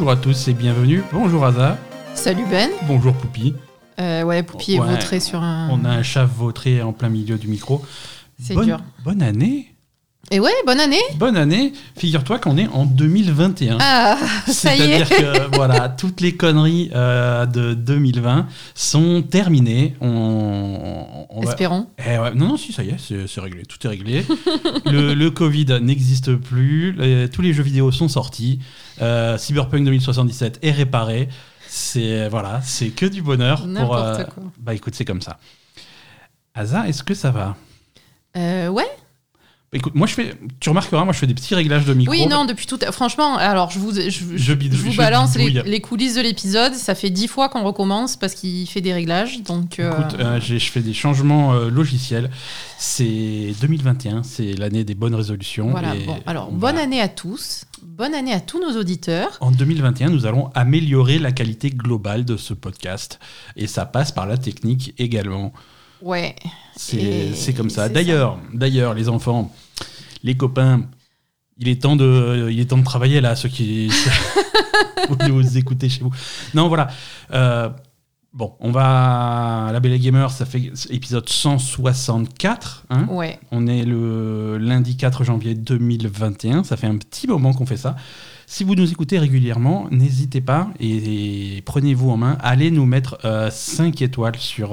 Bonjour à tous et bienvenue. Bonjour Aza. Salut Ben. Bonjour Poupie. Poupie est vautré sur un... On a un chat vautré en plein milieu du micro. C'est dur. Bonne année. Et ouais, bonne année. Bonne année. Figure-toi qu'on est en 2021. Ah, ça y est. C'est-à-dire que voilà, toutes les conneries de 2020 sont terminées. Espérons. Non, si, ça y est, c'est réglé. Tout est réglé. le Covid n'existe plus. Tous les jeux vidéo sont sortis. Cyberpunk 2077 est réparé. C'est que du bonheur. N'importe quoi. Bah écoute, c'est comme ça. Aza, est-ce que ça va ? Ouais. Écoute, tu remarqueras, moi je fais des petits réglages de micro. Oui, non, depuis tout. Franchement, alors je vous balance les coulisses de l'épisode. Ça fait 10 fois qu'on recommence parce qu'il fait des réglages. Donc, écoute, je fais des changements logiciels. C'est 2021, c'est l'année des bonnes résolutions. Voilà, bonne année à tous. Bonne année à tous nos auditeurs. En 2021, nous allons améliorer la qualité globale de ce podcast. Et ça passe par la technique également. Ouais. C'est comme ça. D'ailleurs, les enfants, les copains, il est temps de travailler là, ceux qui vous écoutez chez vous. Non, voilà. On va La Belle et Gamer, ça fait épisode 164. Hein. Ouais. On est le lundi 4 janvier 2021. Ça fait un petit moment qu'on fait ça. Si vous nous écoutez régulièrement, n'hésitez pas et prenez-vous en main. Allez nous mettre 5 étoiles sur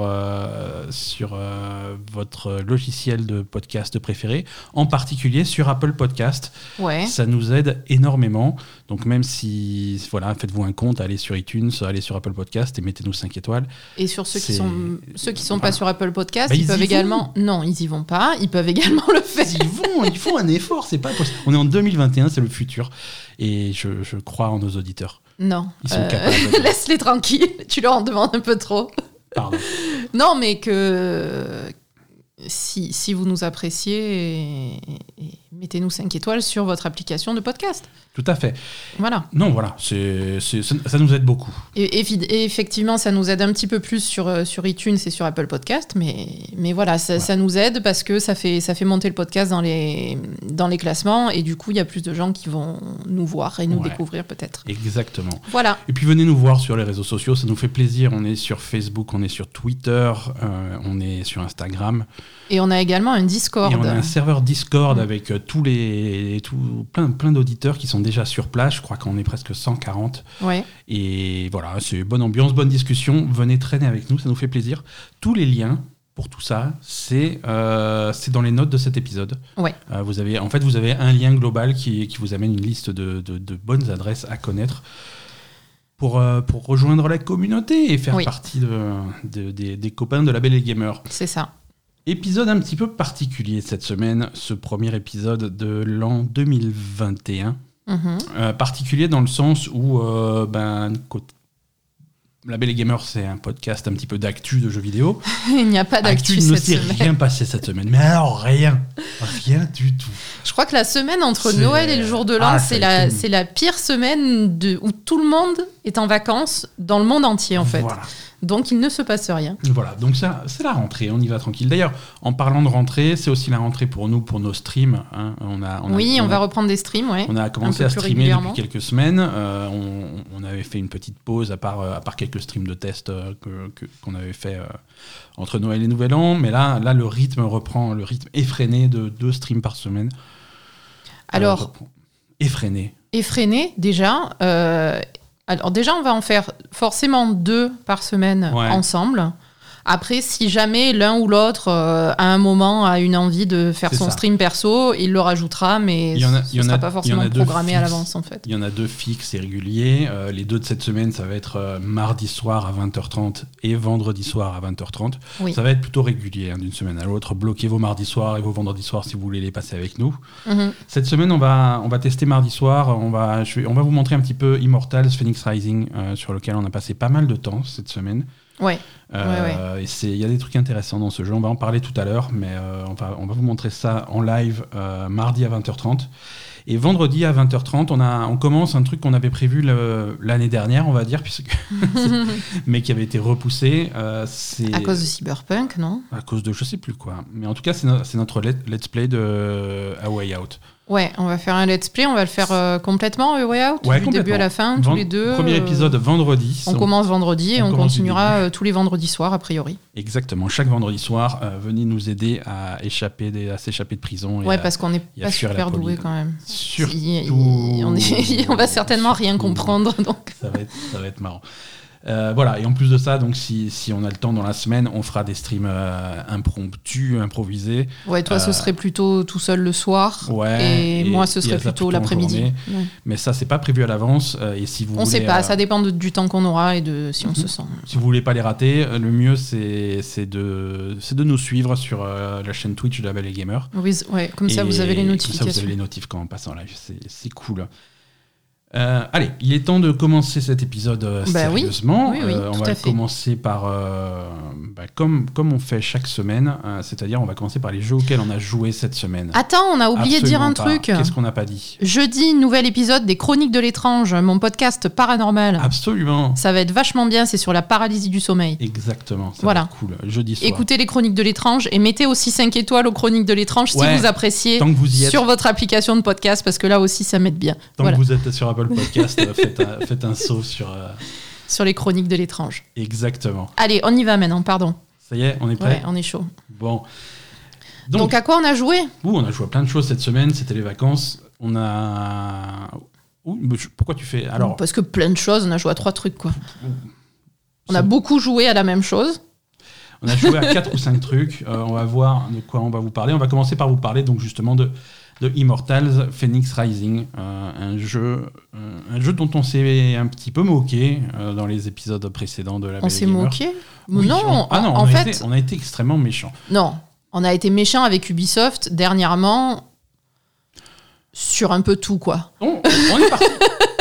votre logiciel de podcast préféré, en particulier sur Apple Podcast. Ouais. Ça nous aide énormément. Donc même si, faites-vous un compte, allez sur iTunes, allez sur Apple Podcast et mettez-nous 5 étoiles. Et sur ceux qui sont pas sur Apple Podcast, ils peuvent également... Non, ils y vont pas. Ils peuvent également le faire. Ils font un effort, c'est pas possible. On est en 2021, c'est le futur. Et je crois en nos auditeurs. Non. Ils sont capables. Laisse-les tranquilles. Tu leur en demandes un peu trop. Pardon. Non, mais que si vous nous appréciez, mettez-nous 5 étoiles sur votre application de podcast. Tout à fait. Voilà. Non, voilà, ça nous aide beaucoup. Et effectivement, ça nous aide un petit peu plus sur iTunes et sur Apple Podcast, mais voilà, ça nous aide parce que ça fait monter le podcast dans les classements et du coup, il y a plus de gens qui vont nous voir et nous découvrir peut-être. Exactement. Voilà. Et puis venez nous voir sur les réseaux sociaux, ça nous fait plaisir. On est sur Facebook, on est sur Twitter, on est sur Instagram. Et on a également un Discord. Et on a un serveur Discord avec plein d'auditeurs qui sont déjà sur place. Je crois qu'on est presque 140. Ouais. Et voilà, c'est bonne ambiance, bonne discussion. Venez traîner avec nous, ça nous fait plaisir. Tous les liens pour tout ça, c'est dans les notes de cet épisode. Ouais. Vous avez un lien global qui vous amène une liste de bonnes adresses à connaître pour rejoindre la communauté et faire partie des copains de La Belle et Gamer. C'est ça. Épisode un petit peu particulier cette semaine, ce premier épisode de l'an 2021. Particulier dans le sens où La Belle et Gamer, c'est un podcast un petit peu d'actu de jeux vidéo. Il n'y a pas d'actu cette semaine. Il ne s'est rien passé cette semaine. Mais alors, rien du tout. Je crois que la semaine entre Noël et le jour de l'an, c'est la pire semaine où tout le monde est en vacances dans le monde entier, en fait. Voilà. Donc, il ne se passe rien. Voilà, donc ça, c'est la rentrée, on y va tranquille. D'ailleurs, en parlant de rentrée, c'est aussi la rentrée pour nous, pour nos streams. Hein. On va reprendre des streams, ouais. On a commencé à streamer depuis quelques semaines. On avait fait une petite pause, à part quelques streams de test qu'on avait fait entre Noël et Nouvel An. Mais là, le rythme reprend, le rythme effréné de 2 streams par semaine. Alors, effréné, déjà. Alors déjà, on va en faire forcément 2 par semaine ensemble. Après, si jamais l'un ou l'autre, à un moment, a une envie de faire son stream perso, il le rajoutera, mais ce ne sera pas forcément programmé à l'avance, en fait. Il y en a 2 fixes et réguliers. Les 2 de cette semaine, ça va être mardi soir à 20h30 et vendredi soir à 20h30. Oui. Ça va être plutôt régulier, d'une semaine à l'autre. Bloquez vos mardis soirs et vos vendredis soirs si vous voulez les passer avec nous. Cette semaine, on va tester mardi soir. On va vous montrer un petit peu Immortals Phoenix Rising, sur lequel on a passé pas mal de temps cette semaine. Ouais. Il y a des trucs intéressants dans ce jeu, on va en parler tout à l'heure, mais on va vous montrer ça en live mardi à 20h30. Et vendredi à 20h30, on commence un truc qu'on avait prévu l'année dernière, on va dire, mais qui avait été repoussé. C'est à cause de Cyberpunk, non ? À cause de je sais plus quoi. Mais en tout cas, c'est notre let's play de A Way Out. Ouais, on va faire un let's play, on va le faire complètement Way Out, du début à la fin, tous les deux. Premier épisode vendredi. On commence vendredi et on continuera tous les vendredis soirs, a priori. Exactement, chaque vendredi soir, venez nous aider à s'échapper de prison. Ouais, parce qu'on n'est pas super doués quand même. Surtout... on va certainement rien comprendre. Donc. Ça va être marrant. Voilà, et en plus de ça, donc si on a le temps dans la semaine, on fera des streams impromptus, improvisés. Ouais, toi ce serait plutôt tout seul le soir, et moi ce serait plutôt l'après-midi. Ouais. Mais ça, c'est pas prévu à l'avance. Et si vous on voulez, sait pas, ça dépend du temps qu'on aura et de si on se sent. Si vous voulez pas les rater, le mieux c'est de nous suivre sur la chaîne Twitch de La Belle et Gamer. Oui, ouais, comme ça vous avez les notifications. Comme ça vous avez les notifs quand on passe en live, c'est cool. Allez, il est temps de commencer cet épisode sérieusement. Oui, on va commencer par, comme on fait chaque semaine, c'est-à-dire on va commencer par les jeux auxquels on a joué cette semaine. Attends, on a oublié de dire un truc. Qu'est-ce qu'on n'a pas dit ? Jeudi, nouvel épisode des Chroniques de l'étrange, mon podcast paranormal. Absolument. Ça va être vachement bien, c'est sur la paralysie du sommeil. Exactement, ça va être cool. Jeudi soir. Écoutez les Chroniques de l'étrange et mettez aussi 5 étoiles aux Chroniques de l'étrange si vous appréciez sur votre application de podcast, parce que là aussi ça m'aide bien. Tant que vous êtes sur Apple Podcast, faites un saut sur les Chroniques de l'étrange. Exactement. Allez, on y va maintenant, pardon. Ça y est, on est prêt ? Ouais, on est chaud. Bon. Donc à quoi on a joué ? On a joué à plein de choses cette semaine, c'était les vacances. On a... Pourquoi tu fais... Alors... Parce que plein de choses, on a joué à 3 trucs, quoi. On a beaucoup joué à la même chose. On a joué à 4 ou 5 trucs. On va voir de quoi on va vous parler. On va commencer par vous parler donc justement de Immortals Phoenix Rising, un jeu dont on s'est un petit peu moqué dans les épisodes précédents de La Belle et Gamer. On s'est moqué ? Oui, non, en fait... on a été extrêmement méchants. Non, on a été méchants avec Ubisoft dernièrement sur un peu tout, quoi. On est parti...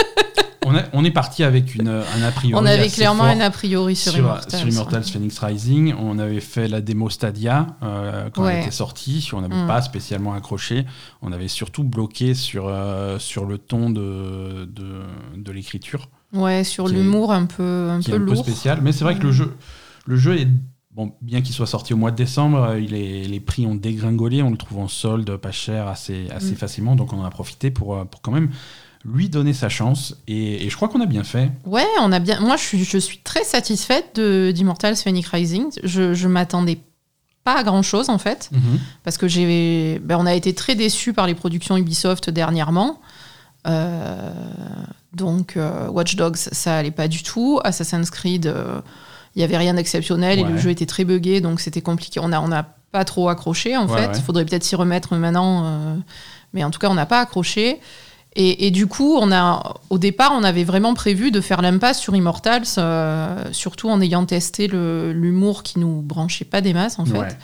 On est parti avec un a priori. On avait clairement un a priori sur Immortals Phoenix Rising. On avait fait la démo Stadia quand elle était sortie. On n'avait pas spécialement accroché. On avait surtout bloqué sur le ton de l'écriture. Ouais, sur l'humour un peu lourd. Un peu spécial. Mais c'est vrai que le jeu est... Bon, bien qu'il soit sorti au mois de décembre, les prix ont dégringolé. On le trouve en solde, pas cher, assez facilement. Donc on en a profité pour quand même... lui donner sa chance, et je crois qu'on a bien fait. Ouais, on a bien. Moi, je suis très satisfaite d'Immortals Phoenix Rising. Je m'attendais pas à grand chose en fait, parce que on a été très déçus par les productions Ubisoft dernièrement. Donc Watch Dogs, ça allait pas du tout. Assassin's Creed, il y avait rien d'exceptionnel et le jeu était très buggé, donc c'était compliqué. On a pas trop accroché en fait. Il faudrait peut-être s'y remettre maintenant, mais en tout cas, on n'a pas accroché. Et du coup, au départ, on avait vraiment prévu de faire l'impasse sur Immortals, surtout en ayant testé l'humour qui nous branchait pas des masses, en fait. Ouais.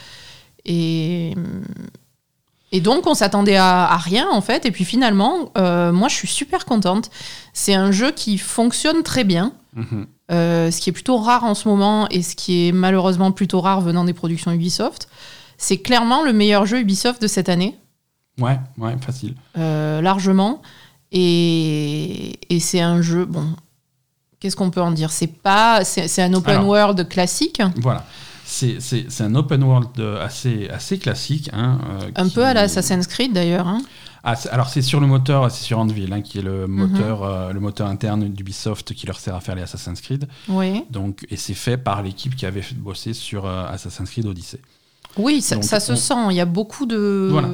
Et donc, on s'attendait à rien, en fait. Et puis finalement, moi, je suis super contente. C'est un jeu qui fonctionne très bien, ce qui est plutôt rare en ce moment et ce qui est malheureusement plutôt rare venant des productions Ubisoft. C'est clairement le meilleur jeu Ubisoft de cette année. Ouais, facile. Largement. Et c'est un jeu, bon, qu'est-ce qu'on peut en dire ? C'est un open world classique. Voilà, c'est un open world assez classique. Un peu à la Assassin's Creed d'ailleurs. Alors c'est sur le moteur, c'est sur Anvil, qui est le moteur interne d'Ubisoft qui leur sert à faire les Assassin's Creed. Oui. Donc, et c'est fait par l'équipe qui avait bossé sur Assassin's Creed Odyssey. Oui, ça se sent, il y a beaucoup de... Voilà,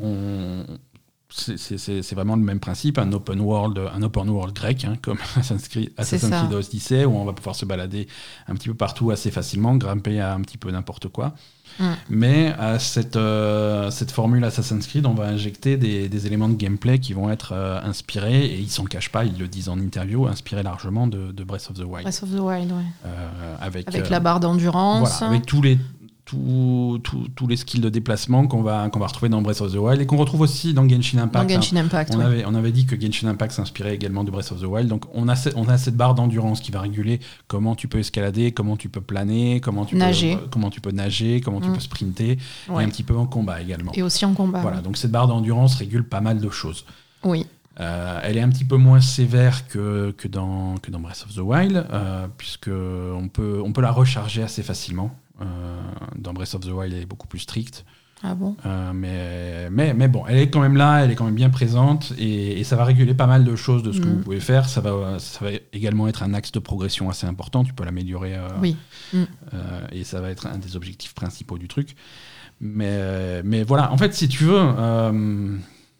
c'est vraiment le même principe, un open world grec, comme Assassin's Creed Odyssey, où on va pouvoir se balader un petit peu partout assez facilement, grimper à un petit peu n'importe quoi. Mais à cette formule Assassin's Creed, on va injecter des éléments de gameplay qui vont être inspirés, et ils s'en cachent pas, ils le disent en interview, inspirés largement de Breath of the Wild. Breath of the Wild, ouais. Avec la barre d'endurance. Voilà, avec tous les skills de déplacement qu'on va retrouver dans Breath of the Wild et qu'on retrouve aussi dans Genshin Impact. On avait dit que Genshin Impact s'inspirait également de Breath of the Wild. Donc on a cette barre d'endurance qui va réguler comment tu peux escalader, comment tu peux planer, comment tu peux nager, comment tu peux sprinter, et un petit peu en combat également. Et aussi en combat. Voilà, donc cette barre d'endurance régule pas mal de choses. Oui. Elle est un petit peu moins sévère que dans Breath of the Wild, puisque on peut la recharger assez facilement. Dans Breath of the Wild, elle est beaucoup plus stricte. Ah bon mais bon, elle est quand même là, elle est quand même bien présente et ça va réguler pas mal de choses de ce que vous pouvez faire. Ça va également être un axe de progression assez important. Tu peux l'améliorer. Oui. Et ça va être un des objectifs principaux du truc. Mais voilà, en fait, si tu veux,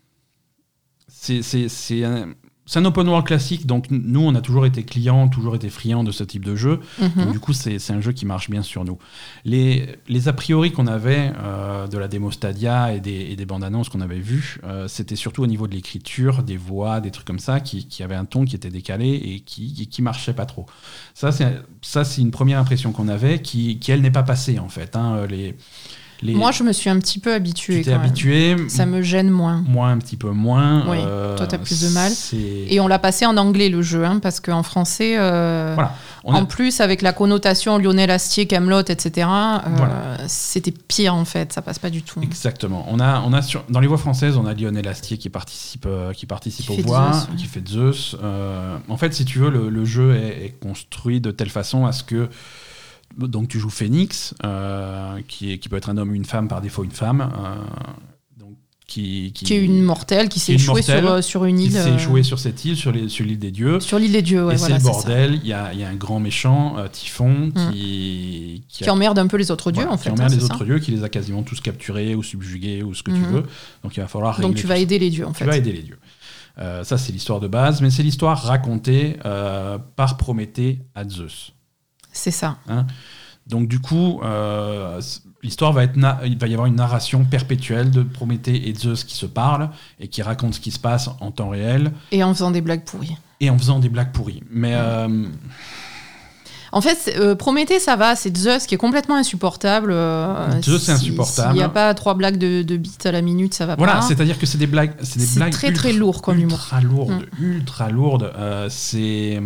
c'est un open world classique, donc nous, on a toujours été clients, toujours été friands de ce type de jeu. Donc, du coup, c'est un jeu qui marche bien sur nous. Les a priori qu'on avait de la démo Stadia et des bandes annonces qu'on avait vues, c'était surtout au niveau de l'écriture, des voix, des trucs comme ça, qui avaient un ton qui était décalé et qui marchait pas trop. Ça, c'est une première impression qu'on avait, qui elle, n'est pas passée, en fait. Moi, je me suis un petit peu habituée. Tu t'es habitué. Ça me gêne moins. Moi, un petit peu moins. Oui, toi, t'as plus de mal. Et on l'a passé en anglais, le jeu, parce qu'en français, voilà. En plus, avec la connotation Lionel Astier, Kaamelott, etc., c'était pire, en fait. Ça passe pas du tout. Exactement. Dans les voix françaises, on a Lionel Astier qui participe aux voix, Zeus, qui fait Zeus. En fait, si tu veux, le jeu est construit de telle façon à ce que donc tu joues Phoenix, qui peut être un homme ou une femme, par défaut une femme, qui est une mortelle, qui s'est échouée sur une île. Qui s'est échouée sur cette île, sur l'île des dieux. Sur l'île des dieux, ouais. Et voilà, c'est le bordel. Il y a un grand méchant, Typhon, qui emmerde un peu les autres dieux, en fait. Qui emmerde les autres dieux, qui les a quasiment tous capturés ou subjugués ou ce que tu veux. Donc il va falloir régler. Donc tu vas aider les dieux, en fait. Tu vas aider les dieux. Ça, c'est l'histoire de base, mais c'est l'histoire racontée par Prométhée à Zeus. C'est ça. Donc du coup, l'histoire il va y avoir une narration perpétuelle de Prométhée et Zeus qui se parlent et qui racontent ce qui se passe en temps réel. Et en faisant des blagues pourries. Mais en fait, Prométhée, ça va, c'est Zeus qui est complètement insupportable. Zeus, c'est insupportable. S'il n'y a pas 3 blagues de bits à la minute, ça va pas. Voilà, c'est-à-dire que c'est des blagues. C'est très très lourd comme humour. Ultra lourd. C'est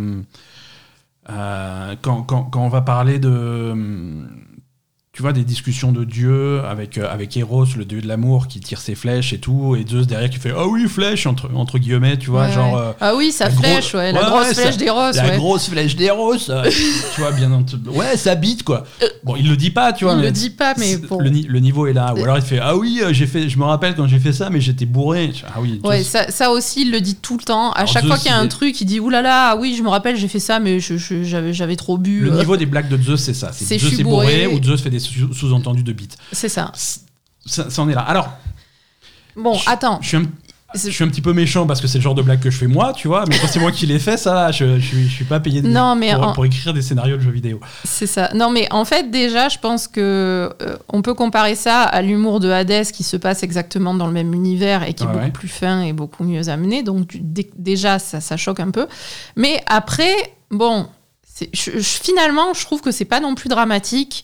quand on va parler de tu vois, des discussions de dieux avec Eros, le dieu de l'amour, qui tire ses flèches et tout, et Zeus derrière qui fait ah oui, flèche entre guillemets, tu vois, genre ah oui, sa flèche, la grosse flèche d'Eros, la grosse flèche d'Eros, tu vois, bien entendu, ça bite quoi. Bon, il le dit pas, tu vois, il le dit pas, mais bon. le niveau est là. Ou alors il fait ah oui, je me rappelle quand j'ai fait ça, mais j'étais bourré. Ah oui. Ouais, ça aussi, il le dit tout le temps. À chaque fois qu'il y a un truc, il dit oulala, ah oui, je me rappelle, j'ai fait ça, mais j'avais trop bu. Le niveau des blagues de Zeus, c'est ça. C'est Zeus est bourré ou Zeus fait des sous-entendus de beats. C'est ça. Ça en est là. Alors, bon, attends. Je suis un petit peu méchant parce que c'est le genre de blague que je fais moi, tu vois, mais quand c'est moi qui l'ai fait, ça, je suis pas payé pour écrire des scénarios de jeux vidéo. C'est ça. Non, mais en fait, déjà, je pense que on peut comparer ça à l'humour de Hades qui se passe exactement dans le même univers et qui est beaucoup plus fin et beaucoup mieux amené. Donc, déjà, ça choque un peu. Mais après, bon, finalement, je trouve que c'est pas non plus dramatique.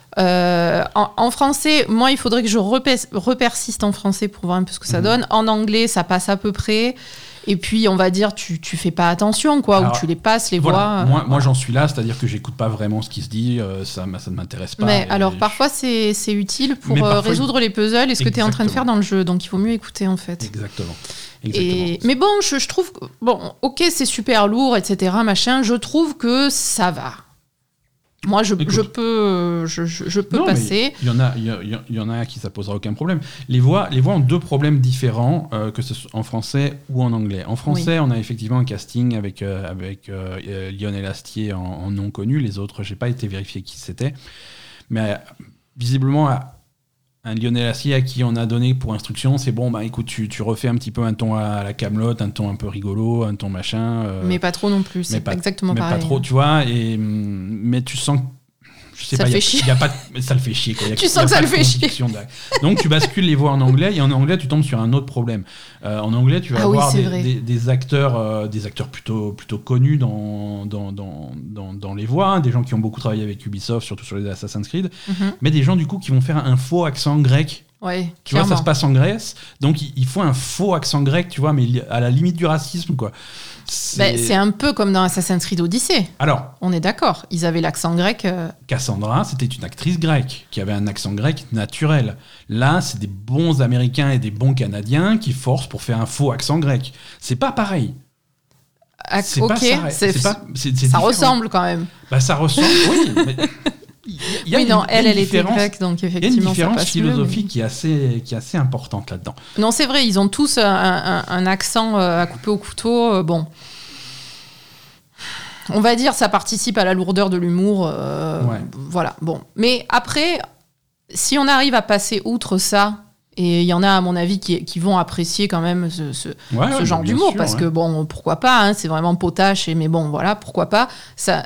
En français, moi, il faudrait que je repersiste en français pour voir un peu ce que ça donne. En anglais, ça passe à peu près. Et puis, on va dire, tu fais pas attention, quoi, ou tu les passes, les voix. Moi, j'en suis là, c'est-à-dire que j'écoute pas vraiment ce qui se dit, ça ne m'intéresse pas. Mais alors, parfois, c'est utile pour résoudre les puzzles et ce que tu es en train de faire dans le jeu. Donc, il vaut mieux écouter, en fait. Exactement. Mais bon, je trouve que, ok, c'est super lourd, etc., machin. Je trouve que ça va. Moi, je peux passer. Il y en a à qui ça posera aucun problème. Les voix ont 2 problèmes différents, que ce soit en français ou en anglais. En français, on a effectivement un casting avec Lionel Astier en non connu. Les autres, j'ai pas été vérifier qui c'était. Mais visiblement, un Lionel Astier à qui on a donné pour instruction, c'est bon, bah écoute, tu refais un petit peu un ton à la Kaamelott, un ton un peu rigolo, un ton machin. Mais pas trop non plus, c'est pas exactement pareil. Mais pas trop, tu vois, mais tu sens que ça le fait chier. Ça le fait chier. Quoi. Tu sens que ça le fait chier. Donc tu bascules les voix en anglais, et en anglais tu tombes sur un autre problème. En anglais tu vas avoir des acteurs plutôt connus dans les voix, des gens qui ont beaucoup travaillé avec Ubisoft, surtout sur les Assassin's Creed, mais des gens du coup qui vont faire un faux accent grec. Ouais, tu vois, ça se passe en Grèce, donc il faut un faux accent grec, tu vois, mais à la limite du racisme, quoi. C'est un peu comme dans Assassin's Creed Odyssey. Alors, on est d'accord, ils avaient l'accent grec. Cassandra, c'était une actrice grecque qui avait un accent grec naturel. Là, c'est des bons Américains et des bons Canadiens qui forcent pour faire un faux accent grec. C'est pas pareil. Ça ressemble quand même. Bah, ça ressemble, oui. Mais elle était grecque, donc effectivement, il y a une différence philosophique qui est assez importante là-dedans. Non, c'est vrai, ils ont tous un accent à couper au couteau. Bon, on va dire ça participe à la lourdeur de l'humour. Voilà, bon. Mais après, si on arrive à passer outre ça, et il y en a, à mon avis, qui vont apprécier quand même ce genre d'humour, parce que bon, pourquoi pas, hein, c'est vraiment potache, mais bon, voilà, pourquoi pas. Ça...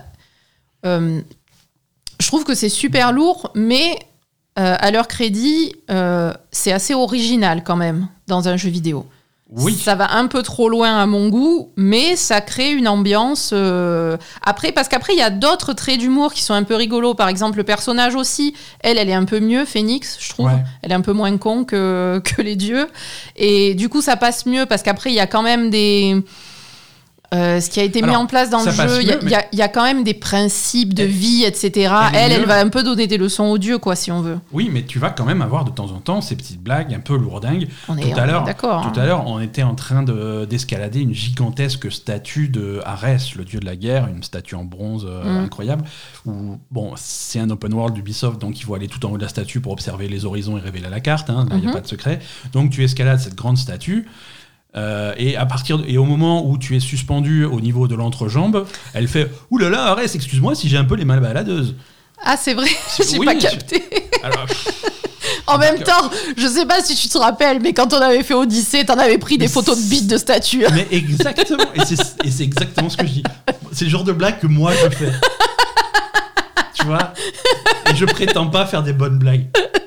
je trouve que c'est super lourd, mais à leur crédit, c'est assez original quand même dans un jeu vidéo. Oui. Ça va un peu trop loin à mon goût, mais ça crée une ambiance. Parce qu'après, il y a d'autres traits d'humour qui sont un peu rigolos. Par exemple, le personnage aussi, elle est un peu mieux, Phoenix, je trouve. Ouais. Elle est un peu moins con que les dieux. Et du coup, ça passe mieux parce qu'après, il y a quand même des... ce qui a été mis en place dans le jeu, il y a quand même des principes de vie, etc. Elle va un peu donner des leçons aux dieux, quoi, si on veut. Oui, mais tu vas quand même avoir de temps en temps ces petites blagues un peu lourdingues. Tout à l'heure, on était en train d'escalader une gigantesque statue de Arès, le dieu de la guerre, une statue en bronze incroyable. Où, bon, c'est un open world d'Ubisoft, donc il faut aller tout en haut de la statue pour observer les horizons et révéler la carte. Là, il n'y a pas de secret. Donc tu escalades cette grande statue. Et au moment où tu es suspendu au niveau de l'entrejambe, elle fait « Ouh là là, Arès, excuse-moi si j'ai un peu les mains baladeuses. » Ah, c'est vrai, j'ai pas capté. Alors, en même temps, je sais pas si tu te rappelles, mais quand on avait fait Odyssée, t'en avais pris des photos de bites de statues. Mais exactement, et c'est exactement ce que je dis. C'est le genre de blague que moi je fais. Tu vois ? Et je prétends pas faire des bonnes blagues.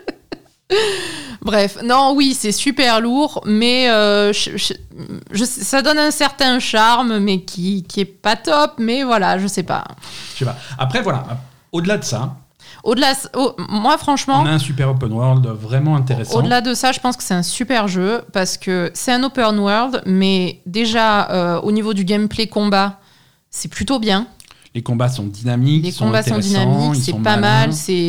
Bref, non, oui, c'est super lourd, mais ça donne un certain charme, mais qui est pas top, mais voilà, je sais pas. Après, voilà, au-delà de ça... moi, franchement... On a un super open world vraiment intéressant. Au-delà de ça, je pense que c'est un super jeu, parce que c'est un open world, mais déjà, au niveau du gameplay combat, c'est plutôt bien. Les combats sont dynamiques, c'est pas mal,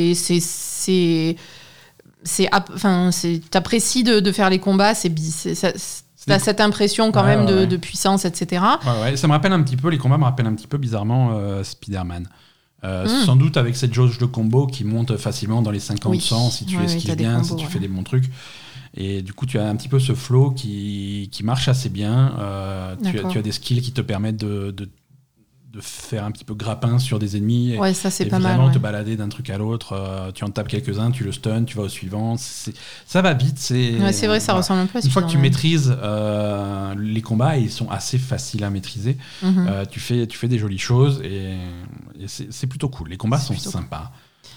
t'apprécies de faire les combats, t'as cette impression quand même de puissance, etc. Ça me rappelle un petit peu, les combats me rappellent un petit peu bizarrement Spider-Man. Sans doute avec cette jauge de combo qui monte facilement dans les 50-100 si tu esquives bien, si tu fais des bons trucs. Et du coup, tu as un petit peu ce flow qui marche assez bien. Tu as des skills qui te permettent de faire un petit peu grappin sur des ennemis et ça c'est pas vraiment mal, te balader d'un truc à l'autre. Tu en tapes quelques-uns, tu le stun, tu vas au suivant. Ça va vite. C'est vrai, ça ressemble un peu à une fois que tu maîtrises les combats, ils sont assez faciles à maîtriser. Tu fais des jolies choses et c'est plutôt cool. Les combats sont sympas.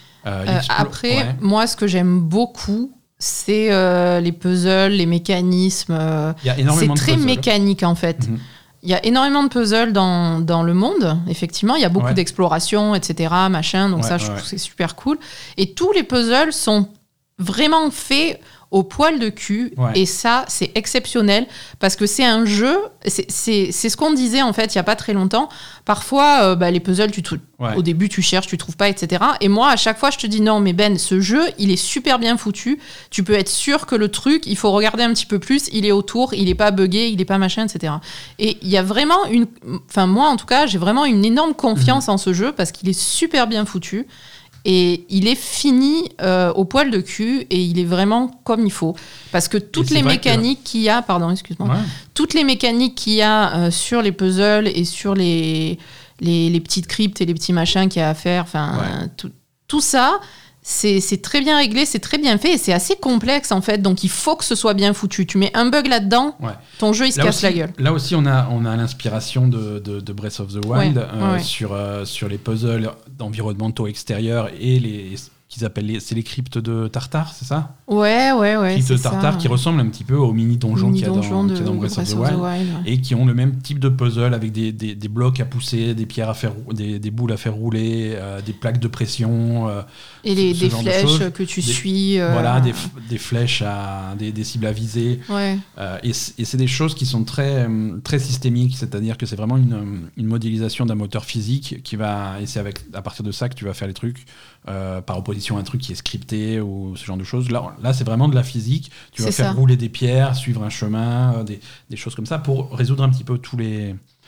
Après, moi, ce que j'aime beaucoup, c'est les puzzles, les mécanismes. C'est très mécanique en fait. Il y a énormément de puzzles dans le monde, effectivement. Il y a beaucoup d'exploration, etc., machin. Donc ça, je trouve que c'est super cool. Et tous les puzzles sont vraiment faits au poil de cul. Et ça, c'est exceptionnel. Parce que c'est un jeu... C'est ce qu'on disait, en fait, il n'y a pas très longtemps. Parfois, les puzzles, au début, tu cherches, tu trouves pas, etc. Et moi, à chaque fois, je te dis non, mais Ben, ce jeu, il est super bien foutu. Tu peux être sûr que le truc, il faut regarder un petit peu plus. Il est autour, il est pas buggé, il est pas machin, etc. Et il y a vraiment moi, en tout cas, j'ai vraiment une énorme confiance en ce jeu parce qu'il est super bien foutu. Et il est fini au poil de cul et il est vraiment comme il faut. Parce que toutes les mécaniques qu'il y a... Pardon, excuse-moi. Toutes les mécaniques qu'il y a sur les puzzles et sur les petites cryptes et les petits machins qu'il y a à faire, tout ça, c'est très bien réglé, c'est très bien fait et c'est assez complexe en fait. Donc il faut que ce soit bien foutu. Tu mets un bug là-dedans, ton jeu il se casse la gueule. Là aussi on a l'inspiration de Breath of the Wild sur les puzzles environnementaux extérieurs et qu'ils appellent c'est les cryptes de Tartare, c'est ça ? Ouais. Cryptes de Tartare qui ressemblent un petit peu aux mini-donjons qu'il y a dans Breath of the Wild. Et qui ont le même type de puzzle avec des blocs à pousser, des pierres à faire, des boules à faire rouler, des plaques de pression. Et des flèches que tu suis. Voilà, des flèches, des cibles à viser. Et c'est des choses qui sont très, très systémiques, c'est-à-dire que c'est vraiment une modélisation d'un moteur physique et c'est à partir de ça que tu vas faire les trucs. Par opposition à un truc qui est scripté ou ce genre de choses. Là c'est vraiment de la physique. Tu vas faire rouler des pierres, suivre un chemin, des choses comme ça pour résoudre un petit peu tous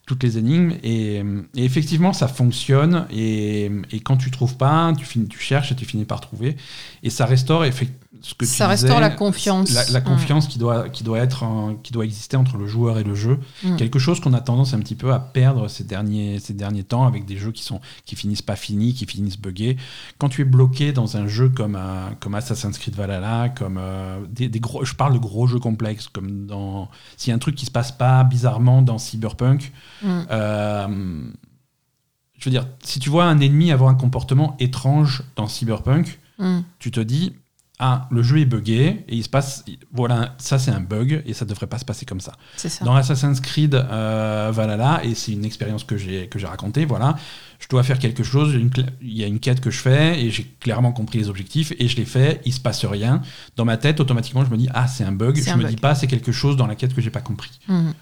toutes les énigmes. Et effectivement, ça fonctionne. Et quand tu trouves pas, tu cherches et tu finis par trouver. Et ça restaure ce que ça restaure la confiance. La confiance qui doit exister entre le joueur et le jeu. Quelque chose qu'on a tendance un petit peu à perdre ces derniers temps avec des jeux qui finissent pas finis, qui finissent buggés. Quand tu es bloqué dans un jeu comme Assassin's Creed Valhalla, comme je parle de gros jeux complexes, comme s'il y a un truc qui se passe pas bizarrement dans Cyberpunk, je veux dire, si tu vois un ennemi avoir un comportement étrange dans Cyberpunk, tu te dis le jeu est buggé et il se passe, voilà, ça c'est un bug et ça devrait pas se passer comme ça. C'est ça. Dans Assassin's Creed Valhalla, et c'est une expérience que j'ai racontée, voilà, je dois faire quelque chose, il y a une quête que je fais et j'ai clairement compris les objectifs et je l'ai fait, il se passe rien. Dans ma tête, automatiquement, je me dis c'est un bug, je me dis pas c'est quelque chose dans la quête que j'ai pas compris.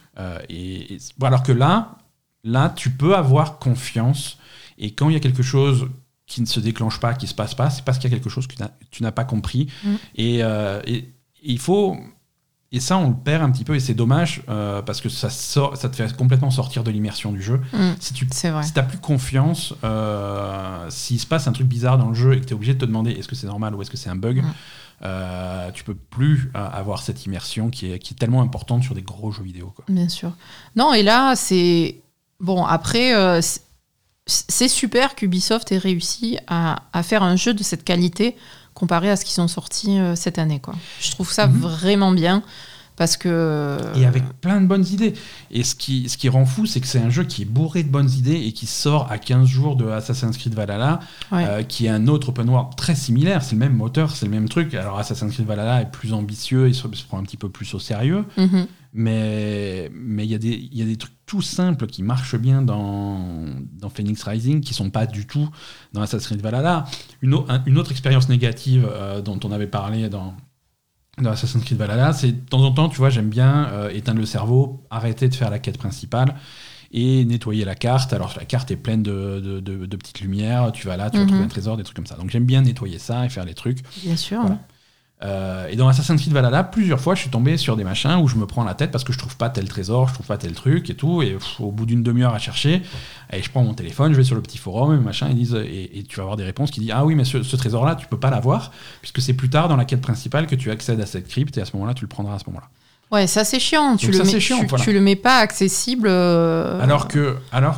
Alors que là, tu peux avoir confiance et quand il y a quelque chose qui ne se déclenche pas, qui ne se passe pas, c'est parce qu'il y a quelque chose que tu n'as pas compris. Et il faut... Et ça, on le perd un petit peu, et c'est dommage, parce que ça te fait complètement sortir de l'immersion du jeu. Si tu n'as plus confiance, s'il se passe un truc bizarre dans le jeu et que tu es obligé de te demander est-ce que c'est normal ou est-ce que c'est un bug, tu peux plus avoir cette immersion qui est tellement importante sur des gros jeux vidéo, quoi. Bien sûr. Non, et là, c'est... Bon, après... c'est super qu'Ubisoft ait réussi à faire un jeu de cette qualité comparé à ce qu'ils ont sorti cette année, quoi. Je trouve ça vraiment bien parce que... Et avec plein de bonnes idées. Et ce qui rend fou, c'est que c'est un jeu qui est bourré de bonnes idées et qui sort à 15 jours de Assassin's Creed Valhalla, qui est un autre open world très similaire. C'est le même moteur, c'est le même truc. Alors Assassin's Creed Valhalla est plus ambitieux, il se prend un petit peu plus au sérieux. Mais il y a des trucs tout simples qui marchent bien dans Phoenix Rising, qui sont pas du tout dans Assassin's Creed Valhalla. Une autre expérience négative dont on avait parlé dans Assassin's Creed Valhalla, c'est de temps en temps, tu vois, j'aime bien éteindre le cerveau, arrêter de faire la quête principale et nettoyer la carte. Alors la carte est pleine de petites lumières, tu vas là, tu vas trouver un trésor, des trucs comme ça. Donc j'aime bien nettoyer ça et faire les trucs. Bien sûr. Voilà. Et dans Assassin's Creed Valhalla, plusieurs fois, je suis tombé sur des machins où je me prends la tête parce que je trouve pas tel trésor, je trouve pas tel truc et tout. Et au bout d'une demi-heure à chercher, et je prends mon téléphone, je vais sur le petit forum et machin, ils disent, et tu vas avoir des réponses qui disent oui, mais ce trésor-là, tu peux pas l'avoir puisque c'est plus tard dans la quête principale que tu accèdes à cette crypte et à ce moment-là, tu le prendras à ce moment-là. Ouais, ça c'est chiant. Tu le mets pas accessible. Alors que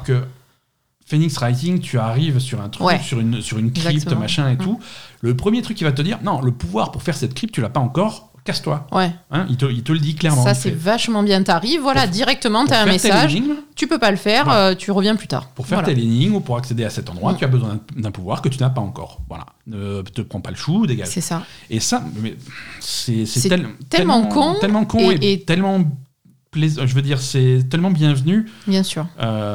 Phoenix Rising, tu arrives sur un truc, sur une crypte, machin et tout. Le premier truc qui va te dire, non, le pouvoir pour faire cette crypte, tu l'as pas encore, casse-toi. Ouais. Hein, il te le dit clairement. Ça, c'est vachement bien. T'arrives, directement, t'as un message. Tu peux pas le faire, tu reviens plus tard. Pour faire tes énigmes ou pour accéder à cet endroit, tu as besoin d'un pouvoir que tu n'as pas encore. Voilà. Ne te prends pas le chou, dégage. C'est ça. Et ça, c'est tellement con. Tellement con et tellement plaisant. Je veux dire, c'est tellement bienvenu. Bien sûr.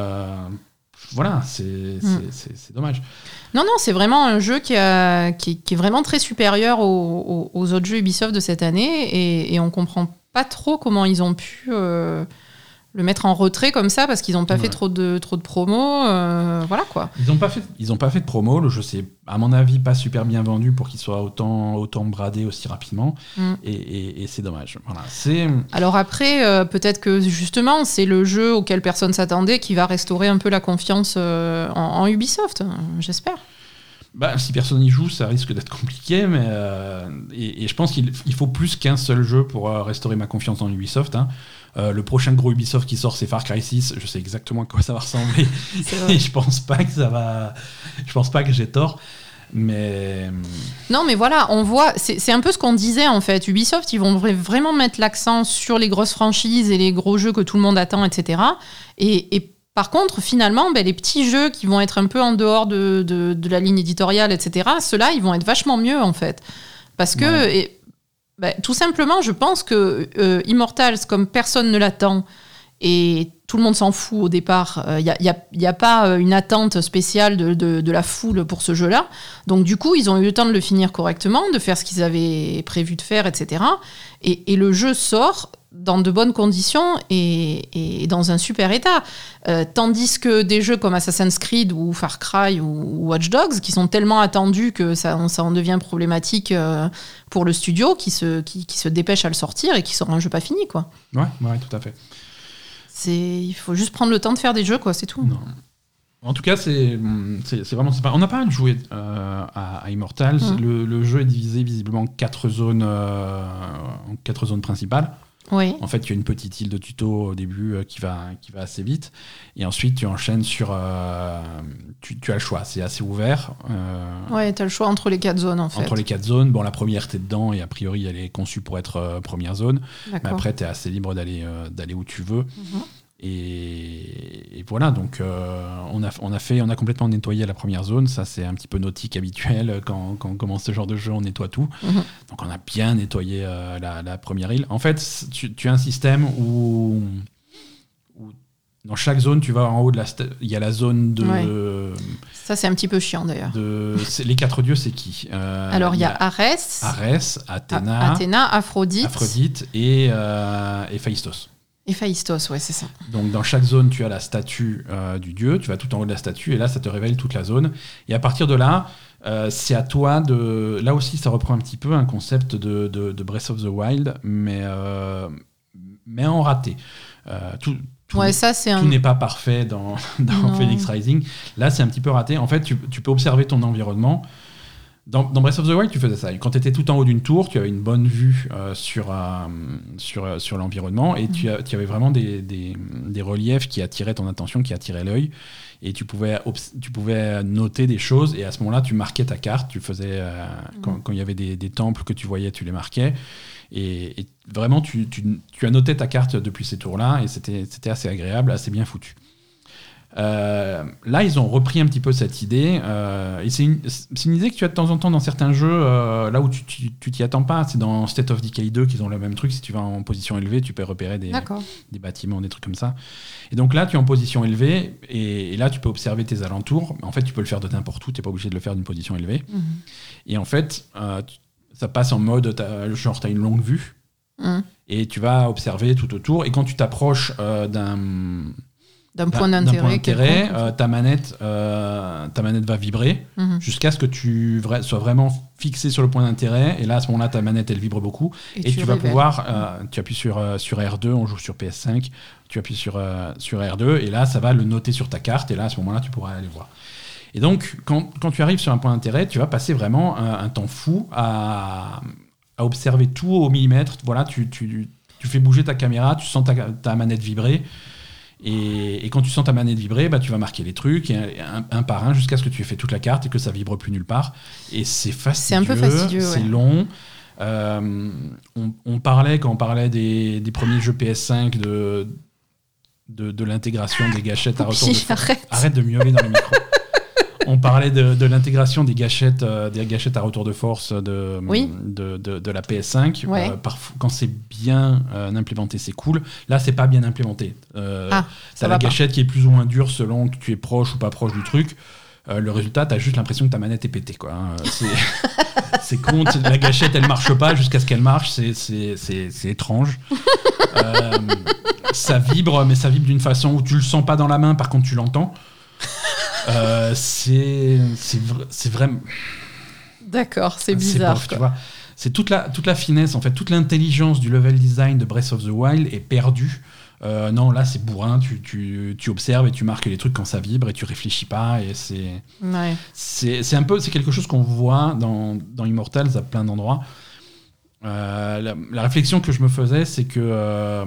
Voilà, c'est dommage. Non, c'est vraiment un jeu qui est vraiment très supérieur aux autres jeux Ubisoft de cette année et on comprend pas trop comment ils ont pu le mettre en retrait comme ça parce qu'ils n'ont pas fait trop de promos. Voilà quoi. Ils ont pas fait de promo. Le jeu c'est à mon avis pas super bien vendu pour qu'il soit autant bradé aussi rapidement et c'est dommage. Voilà. Alors après peut-être que justement c'est le jeu auquel personne s'attendait qui va restaurer un peu la confiance en Ubisoft. J'espère. Si personne y joue, ça risque d'être compliqué, mais et je pense qu'il faut plus qu'un seul jeu pour restaurer ma confiance en Ubisoft. Hein. Le prochain gros Ubisoft qui sort, c'est Far Cry 6. Je sais exactement à quoi ça va ressembler. Et je pense pas que j'ai tort. Mais... Non, mais voilà, on voit, c'est un peu ce qu'on disait en fait. Ubisoft, ils vont vraiment mettre l'accent sur les grosses franchises et les gros jeux que tout le monde attend, etc. Et par contre, finalement, les petits jeux qui vont être un peu en dehors de la ligne éditoriale, etc., ceux-là, ils vont être vachement mieux, en fait. Parce que, tout simplement, je pense que Immortals, comme personne ne l'attend, et tout le monde s'en fout au départ, il n'y a pas une attente spéciale de la foule pour ce jeu-là. Donc, du coup, ils ont eu le temps de le finir correctement, de faire ce qu'ils avaient prévu de faire, etc. Et le jeu sort dans de bonnes conditions et dans un super état. Tandis que des jeux comme Assassin's Creed ou Far Cry ou Watch Dogs, qui sont tellement attendus que ça en devient problématique pour le studio qui se dépêche à le sortir et qui sort un jeu pas fini, quoi. Ouais, tout à fait. Il faut juste prendre le temps de faire des jeux, quoi, c'est tout. Non. En tout cas, c'est vraiment sympa. On n'a pas joué à Immortals. Le jeu est divisé visiblement en 4 zones principales. Oui. En fait, il y a une petite île de tuto au début qui va assez vite. Et ensuite, tu enchaînes sur... tu as le choix, c'est assez ouvert. Ouais, tu as le choix entre les 4 zones, en fait. Entre les 4 zones. Bon, la première, tu es dedans et a priori, elle est conçue pour être première zone. D'accord. Mais après, tu es assez libre d'aller où tu veux. Et voilà, donc on a complètement nettoyé la première zone. Ça, c'est un petit peu nautique habituel. Quand on commence ce genre de jeu, on nettoie tout. Donc on a bien nettoyé la première île. En fait, tu as un système où dans chaque zone, tu vas en haut de il y a la zone de... Ouais. Ça, c'est un petit peu chiant, d'ailleurs. Les 4 dieux, c'est qui Alors, il y a Arès, Athéna, Aphrodite et Phaistos. Héphaïstos, ouais, c'est ça. Donc dans chaque zone, tu as la statue du dieu, tu vas tout en haut de la statue, et là, ça te révèle toute la zone. Et à partir de là, c'est à toi de... Là aussi, ça reprend un petit peu un concept de Breath of the Wild, mais en raté. Tout n'est pas parfait dans Phoenix Rising. Là, c'est un petit peu raté. En fait, tu peux observer ton environnement. Dans Breath of the Wild, tu faisais ça. Quand tu étais tout en haut d'une tour, tu avais une bonne vue sur l'environnement et tu avais vraiment des reliefs qui attiraient ton attention, qui attiraient l'œil. Et tu pouvais noter des choses et à ce moment-là, tu marquais ta carte. Tu faisais, quand il y avait des temples que tu voyais, tu les marquais. Et vraiment, tu as noté ta carte depuis ces tours-là et c'était assez agréable, assez bien foutu. Là, ils ont repris un petit peu cette idée. Et c'est une idée que tu as de temps en temps dans certains jeux, là où tu t'y attends pas. C'est dans State of Decay 2 qu'ils ont le même truc. Si tu vas en position élevée, tu peux repérer des bâtiments, des trucs comme ça. Et donc là, tu es en position élevée et là, tu peux observer tes alentours. En fait, tu peux le faire de n'importe où. Tu n'es pas obligé de le faire d'une position élevée. Et en fait, ça passe en mode genre, tu as une longue vue et tu vas observer tout autour. Et quand tu t'approches d'un point d'intérêt, ta manette va vibrer jusqu'à ce que tu sois vraiment fixé sur le point d'intérêt. Et là, à ce moment-là, ta manette, elle vibre beaucoup. Et tu vas pouvoir... tu appuies sur R2, on joue sur PS5. Tu appuies sur R2, et là, ça va le noter sur ta carte. Et là, à ce moment-là, tu pourras aller voir. Et donc, quand tu arrives sur un point d'intérêt, tu vas passer vraiment un temps fou à observer tout au millimètre. Voilà, tu fais bouger ta caméra, tu sens ta manette vibrer. Et quand tu sens ta manette vibrer, tu vas marquer les trucs un par un jusqu'à ce que tu aies fait toute la carte et que ça vibre plus nulle part. Et c'est fastidieux. C'est un peu fastidieux. C'est long. On parlait, quand on parlait des premiers jeux PS5 de l'intégration des gâchettes à retour de force. Arrête de miauler dans le micro. On parlait de l'intégration des gâchettes à retour de force de la PS5. Ouais. Quand c'est bien implémenté, c'est cool. Là, c'est pas bien implémenté. T'as la gâchette qui est plus ou moins dure selon que tu es proche ou pas proche du truc. Le résultat, t'as juste l'impression que ta manette est pétée, quoi. C'est con. La gâchette, elle marche pas jusqu'à ce qu'elle marche. C'est étrange. Ça vibre, mais ça vibre d'une façon où tu le sens pas dans la main. Par contre, tu l'entends. C'est vraiment... D'accord, c'est bizarre. C'est tu vois. C'est toute la finesse, en fait, toute l'intelligence du level design de Breath of the Wild est perdue. Non, là, c'est bourrin. Tu observes et tu marques les trucs quand ça vibre et tu réfléchis pas. Et c'est quelque chose qu'on voit dans Immortals à plein d'endroits. La réflexion que je me faisais, c'est que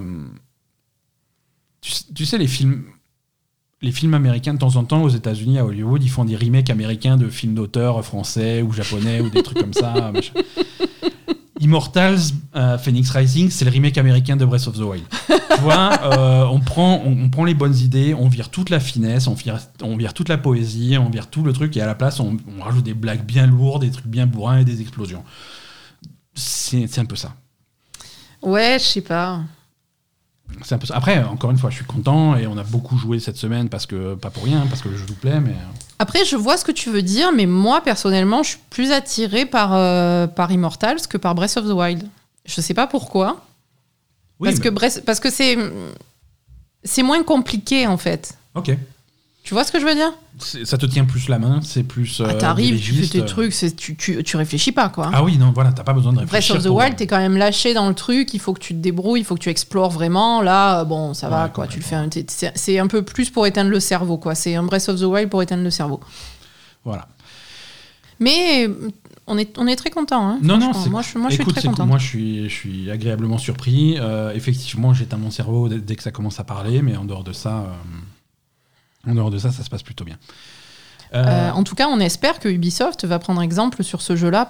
tu sais, les films américains, de temps en temps, aux États-Unis, à Hollywood, ils font des remakes américains de films d'auteurs français ou japonais ou des trucs comme ça. Immortals, Phoenix Rising, c'est le remake américain de Breath of the Wild. Tu vois, on prend les bonnes idées, on vire toute la finesse, on vire toute la poésie, on vire tout le truc, et à la place, on rajoute des blagues bien lourdes, des trucs bien bourrins et des explosions. C'est un peu ça. Ouais, je sais pas. C'est un peu ça. Après, encore une fois, je suis content et on a beaucoup joué cette semaine pas pour rien, parce que le jeu nous plaît, mais... Après, je vois ce que tu veux dire, mais moi, personnellement, je suis plus attiré par Immortals que par Breath of the Wild. Je sais pas pourquoi. Oui, parce que c'est moins compliqué, en fait. Ok. Tu vois ce que je veux dire ? Ça te tient plus la main, c'est plus. T'arrives, tu fais tes trucs, tu réfléchis pas, quoi. Ah oui, non, voilà, t'as pas besoin de réfléchir. Breath of the Wild, t'es quand même lâché dans le truc, il faut que tu te débrouilles, il faut que tu explores vraiment. Là, bon, ça va, quoi. Tu le fais. C'est un peu plus pour éteindre le cerveau, quoi. C'est un Breath of the Wild pour éteindre le cerveau. Voilà. Mais on est très content. Hein, non, c'est moi, je suis très content. Moi, je suis agréablement surpris. Effectivement, j'éteins mon cerveau dès que ça commence à parler, mais en dehors de ça, ça se passe plutôt bien. En tout cas, on espère que Ubisoft va prendre exemple sur ce jeu-là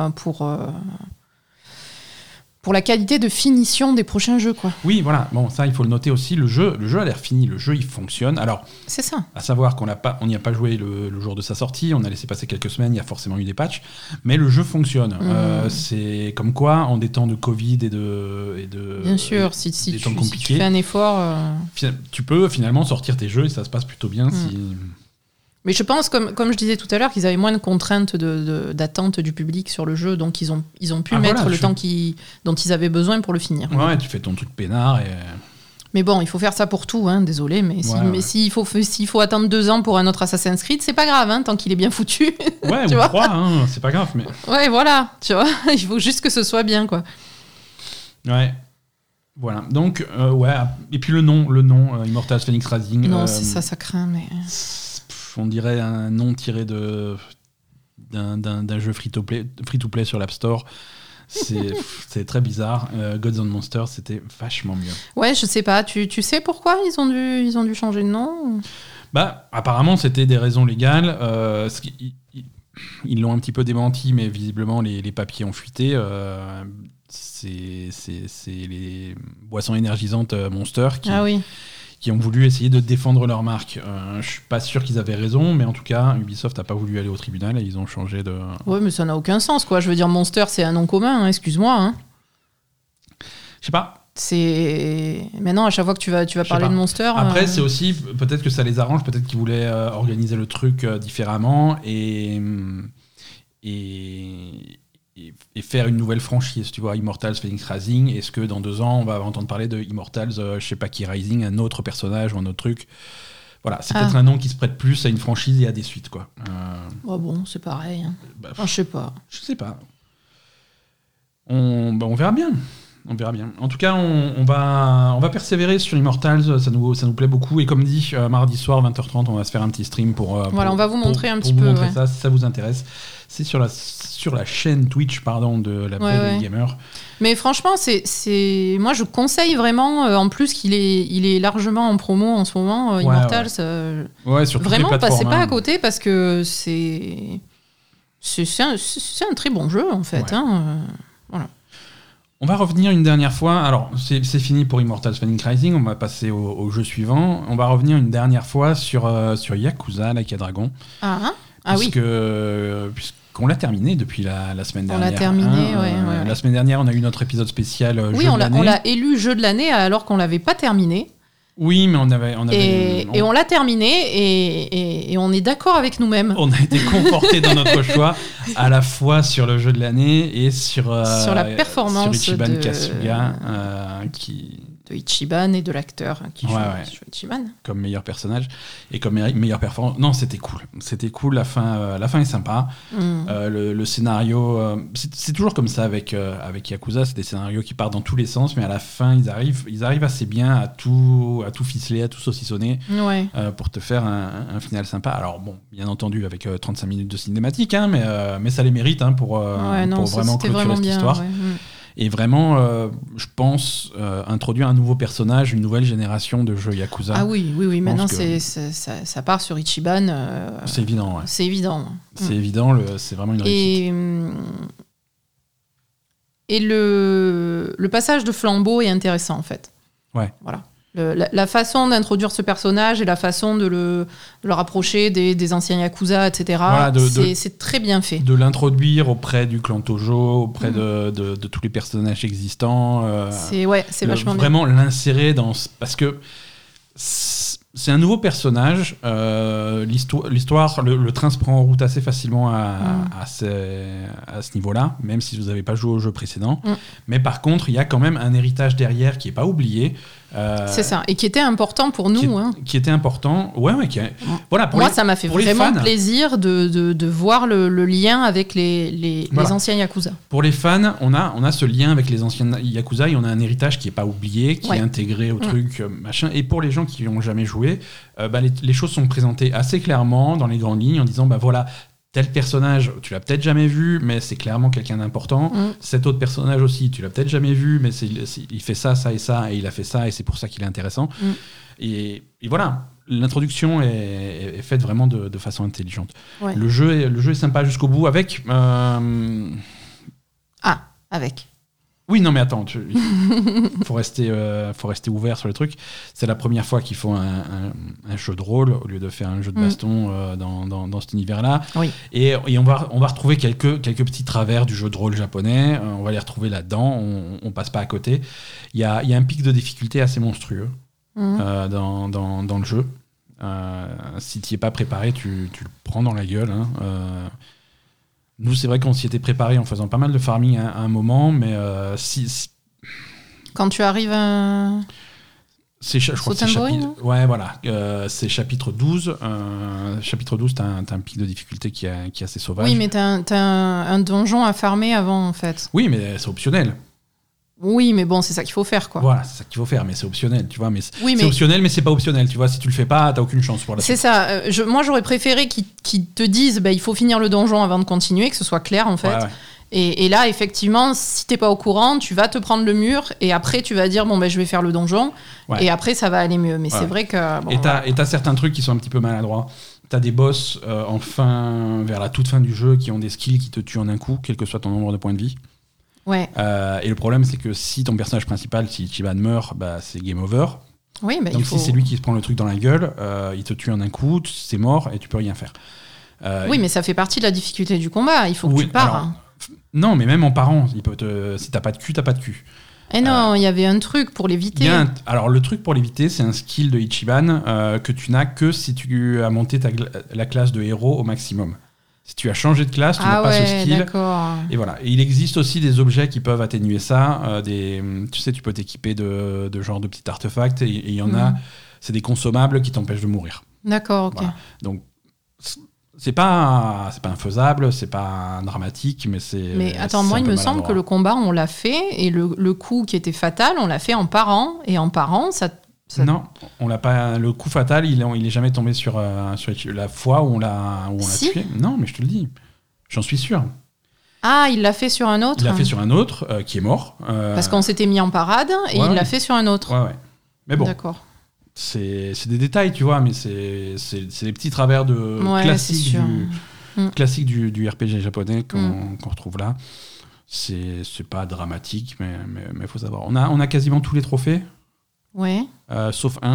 pour la qualité de finition des prochains jeux, quoi. Oui, voilà. Bon, ça, il faut le noter aussi. Le jeu a l'air fini. Le jeu, il fonctionne. Alors, c'est ça. À savoir qu'on n'y a pas joué le jour de sa sortie. On a laissé passer quelques semaines. Il y a forcément eu des patchs. Mais le jeu fonctionne. C'est comme quoi, en des temps de Covid et de bien sûr, si tu fais un effort... Tu peux finalement sortir tes jeux et ça se passe plutôt bien si... Mais je pense, comme je disais tout à l'heure, qu'ils avaient moins de contraintes d'attente du public sur le jeu, donc ils ont pu mettre le temps dont ils avaient besoin pour le finir. Ouais, tu fais ton truc peinard et... Mais bon, il faut faire ça pour tout, hein, désolé, mais s'il faut attendre 2 ans pour un autre Assassin's Creed, c'est pas grave, hein, tant qu'il est bien foutu. Ouais, ou 3, hein, c'est pas grave. Mais... Ouais, voilà, tu vois, il faut juste que ce soit bien, quoi. Ouais. Voilà, donc, et puis le nom, Immortals Phoenix Rising. Non, c'est ça craint, mais... On dirait un nom tiré d'un jeu free-to-play sur l'App Store. C'est très bizarre. Gods and Monsters, c'était vachement mieux. Ouais, je sais pas. Tu sais pourquoi ils ont dû changer de nom ? Bah, apparemment, c'était des raisons légales. Ils l'ont un petit peu démenti, mais visiblement, les papiers ont fuité. C'est les boissons énergisantes Monster qui ont voulu essayer de défendre leur marque. Je suis pas sûr qu'ils avaient raison, mais en tout cas, Ubisoft n'a pas voulu aller au tribunal et ils ont changé de... Ouais, mais ça n'a aucun sens, quoi. Je veux dire, Monster, c'est un nom commun, hein, excuse-moi. Hein. Je sais pas. Maintenant, à chaque fois que tu vas parler de Monster... Après, c'est aussi... Peut-être que ça les arrange, peut-être qu'ils voulaient organiser le truc différemment et faire une nouvelle franchise, tu vois, Immortals Phoenix Rising. Est-ce que dans 2 ans, on va entendre parler de Immortals, je sais pas qui, Rising, un autre personnage ou un autre truc. Voilà, c'est peut-être un nom qui se prête plus à une franchise et à des suites, quoi. Oh bon, c'est pareil. Hein. Je sais pas. Je sais pas. On verra bien. On verra bien. En tout cas, on va persévérer sur Immortals, ça nous plaît beaucoup. Et comme dit, mardi soir, 20h30, on va se faire un petit stream pour on va vous montrer un petit peu. Vous montrer ça, si ça vous intéresse. C'est sur la chaîne Twitch de la Play des Gamers. Mais franchement, moi je conseille vraiment, en plus qu'il est largement en promo en ce moment, Immortals. Sur toutes vraiment, les plateformes. Passez pas à côté parce que c'est un très bon jeu en fait. Voilà. On va revenir une dernière fois. Alors, c'est fini pour Immortals Phoenix Rising. On va passer au jeu suivant. On va revenir une dernière fois sur Yakuza, Like a Dragon. Puisqu'on l'a terminé depuis la semaine dernière. On l'a terminé, La semaine dernière, on a eu notre épisode spécial jeu de l'année. On l'a élu jeu de l'année alors qu'on l'avait pas terminé. Oui, mais on l'a terminé et on est d'accord avec nous-mêmes. On a été confortés dans notre choix, à la fois sur le jeu de l'année et sur la performance sur Ichiban Kasuga, de Ichiban et de l'acteur qui joue Ichiban. Comme meilleur personnage et comme meilleure performance. Non, c'était cool. C'était cool, la fin est sympa. Le scénario, c'est toujours comme ça avec Yakuza, c'est des scénarios qui partent dans tous les sens, mais à la fin, ils arrivent assez bien à tout ficeler, à tout saucissonner pour te faire un final sympa. Alors bon, bien entendu, avec 35 minutes de cinématique, mais ça les mérite pour vraiment clôturer cette histoire. Ouais. Et vraiment, je pense, introduire un nouveau personnage, une nouvelle génération de jeux Yakuza. Ah oui. Maintenant, ça part sur Ichiban. C'est évident. Ouais. C'est évident. C'est évident, c'est vraiment une réussite. Et le passage de flambeau est intéressant, en fait. Ouais. Voilà. La façon d'introduire ce personnage et la façon de le rapprocher des anciens Yakuza, etc., c'est très bien fait. De l'introduire auprès du clan Tojo, auprès de tous les personnages existants. C'est vachement bien. Vraiment l'insérer dans... Parce que c'est un nouveau personnage. L'histoire, le train se prend en route assez facilement à ce niveau-là, même si vous n'avez pas joué au jeu précédent. Mais par contre, il y a quand même un héritage derrière qui n'est pas oublié. C'est ça, et qui était important pour nous. Qui était important, voilà. Moi, ça m'a fait vraiment plaisir de voir le lien avec les anciens Yakuza. Pour les fans, on a ce lien avec les anciens Yakuza et on a un héritage qui n'est pas oublié, qui est intégré au truc, machin. Et pour les gens qui n'ont jamais joué, les choses sont présentées assez clairement dans les grandes lignes en disant, voilà, tel personnage, tu l'as peut-être jamais vu, mais c'est clairement quelqu'un d'important. Cet autre personnage aussi, tu l'as peut-être jamais vu, mais il fait ça, ça et ça, et il a fait ça, et c'est pour ça qu'il est intéressant. Et voilà, l'introduction est faite vraiment de façon intelligente. Ouais. Le jeu est sympa jusqu'au bout, avec... avec. Oui, non, mais attends, faut rester ouvert sur les trucs. C'est la première fois qu'ils font un jeu de rôle au lieu de faire un jeu de baston dans cet univers-là. Oui. Et on va retrouver quelques petits travers du jeu de rôle japonais. On va les retrouver là-dedans. On passe pas à côté. Il y a un pic de difficulté assez monstrueux dans le jeu. Si tu n'y es pas préparé, tu le prends dans la gueule. Nous, c'est vrai qu'on s'y était préparé en faisant pas mal de farming à un moment, mais Quand tu arrives à... je crois que c'est chapitre... Ouais, voilà. C'est chapitre 12. Chapitre 12, t'as un pic de difficulté qui est assez sauvage. Oui, mais t'as un donjon à farmer avant, en fait. Oui, mais c'est optionnel. Oui, mais bon, c'est ça qu'il faut faire, quoi. Voilà, c'est ça qu'il faut faire, mais c'est optionnel, tu vois. C'est optionnel, mais c'est pas optionnel, tu vois. Si tu le fais pas, t'as aucune chance pour la suite. C'est ça. Moi, j'aurais préféré qu'ils te disent, il faut finir le donjon avant de continuer, que ce soit clair, en fait. Ouais. Et là, effectivement, si t'es pas au courant, tu vas te prendre le mur, et après, tu vas dire, je vais faire le donjon, et après, ça va aller mieux. Mais c'est vrai que... Et t'as certains trucs qui sont un petit peu maladroits. T'as des boss, vers la toute fin du jeu, qui ont des skills qui te tuent en un coup, quel que soit ton nombre de points de vie. Ouais. Et le problème, c'est que si ton personnage principal, si Ichiban meurt, c'est game over. Oui, donc si c'est lui qui se prend le truc dans la gueule, il te tue en un coup, c'est mort et tu peux rien faire. Oui, mais ça fait partie de la difficulté du combat. Il faut que tu pars. Alors, non, mais même en parant, si t'as pas de cul, t'as pas de cul. Et non, il y avait un truc pour l'éviter. Alors le truc pour l'éviter, c'est un skill de Ichiban que tu n'as que si tu as monté la classe de héros au maximum. Si tu as changé de classe, tu n'as pas ce skill. D'accord. Et voilà. Et il existe aussi des objets qui peuvent atténuer ça. Tu sais, tu peux t'équiper de genre de petits artefacts. Et il y en a, c'est des consommables qui t'empêchent de mourir. D'accord, ok. Voilà. Donc, c'est pas infaisable, c'est pas dramatique, mais c'est... Mais attends, moi, il me semble que le combat, on l'a fait. Et le coup qui était fatal, on l'a fait en parant. Et en parant, ça... Non, on l'a pas. Le coup fatal, il est jamais tombé sur la fois où on l'a tué. Non, mais je te le dis, j'en suis sûr. Ah, il l'a fait sur un autre. Il l'a fait sur un autre qui est mort. Parce qu'on s'était mis en parade et il l'a fait sur un autre. Ouais. Mais bon. D'accord. C'est des détails, tu vois, mais c'est des petits travers classiques du RPG japonais qu'on retrouve là. C'est pas dramatique, mais faut savoir. On a quasiment tous les trophées. Ouais. Sauf un.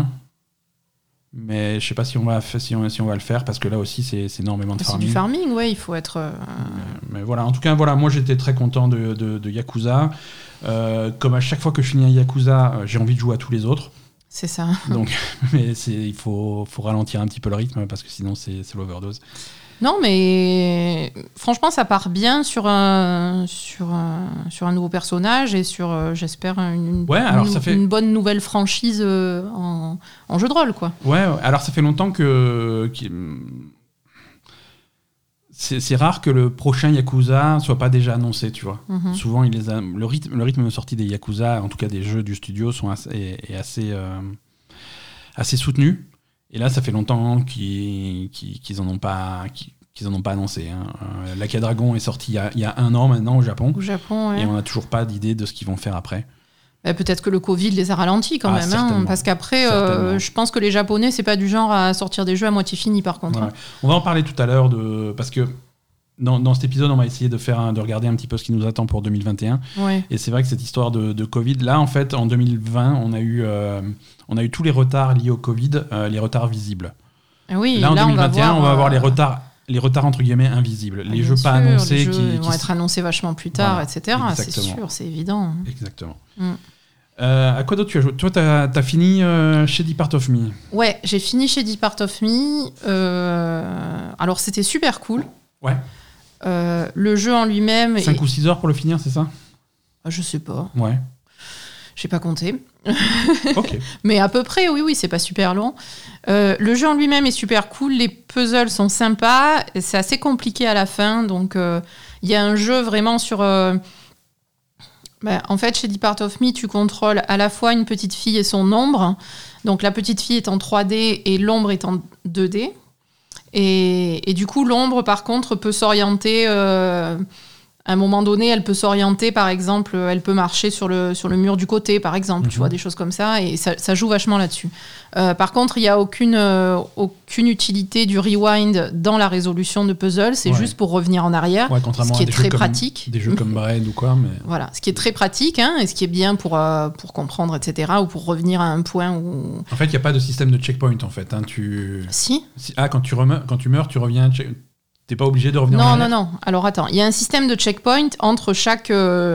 Mais je sais pas si on va le faire parce que là aussi c'est énormément de farming. C'est du farming, ouais, il faut être. Mais voilà, en tout cas, moi j'étais très content de Yakuza. Comme à chaque fois que je finis un Yakuza, j'ai envie de jouer à tous les autres. C'est ça. Donc, mais il faut ralentir un petit peu le rythme parce que sinon c'est l'overdose. Non, mais franchement, ça part bien sur un nouveau personnage et sur, j'espère, une bonne nouvelle franchise en jeu de rôle, quoi. Ouais, alors ça fait longtemps que c'est rare que le prochain Yakuza soit pas déjà annoncé, tu vois. Mm-hmm. Souvent, le rythme de sortie des Yakuza, en tout cas des jeux du studio, sont assez soutenu. Et là, ça fait longtemps qu'ils en ont pas annoncé. Hein. Like a Dragon est sorti il y a 1 an maintenant au Japon. Ouais. Et on n'a toujours pas d'idée de ce qu'ils vont faire après. Peut-être que le Covid les a ralentis quand même. Hein, parce qu'après, je pense que les Japonais, c'est pas du genre à sortir des jeux à moitié finis par contre. Ouais. On va en parler tout à l'heure parce que dans cet épisode, on va essayer de regarder un petit peu ce qui nous attend pour 2021. Ouais. Et c'est vrai que cette histoire de Covid, là, en fait, en 2020, on a eu tous les retards liés au Covid, les retards visibles. Oui, là, en 2021, on va avoir les retards entre guillemets invisibles. Les jeux pas annoncés qui vont être annoncés vachement plus tard, voilà, etc. Exactement. C'est sûr, c'est évident. Exactement. À quoi d'autre tu as joué? Toi, t'as fini Shady Part of Me. Ouais, j'ai fini Shady Part of Me. Alors, c'était super cool. Ouais. Le jeu en lui-même... 5 ou 6 heures pour le finir, c'est ça? Je sais pas. Ouais. J'ai pas compté. Ok. Mais à peu près, oui, c'est pas super long. Le jeu en lui-même est super cool. Les puzzles sont sympas. C'est assez compliqué à la fin. Donc, il y a un jeu vraiment sur... en fait, chez Shady Part of Me, tu contrôles à la fois une petite fille et son ombre. Donc, la petite fille est en 3D et l'ombre est en 2D. Et du coup, l'ombre, par contre, peut s'orienter... à un moment donné, elle peut s'orienter, par exemple, elle peut marcher sur le mur du côté, par exemple, tu vois, des choses comme ça, et ça joue vachement là-dessus. Par contre, il n'y a aucune utilité du rewind dans la résolution de puzzle, c'est juste pour revenir en arrière, ce qui est très pratique. Des jeux comme Braid ou quoi. Mais... Voilà, ce qui est très pratique, et ce qui est bien pour comprendre, etc., ou pour revenir à un point où... En fait, il n'y a pas de système de checkpoint, en fait. Si. Quand tu meurs, tu reviens... T'es pas obligé de revenir en arrière. Non. Alors attends, il y a un système de checkpoint entre chaque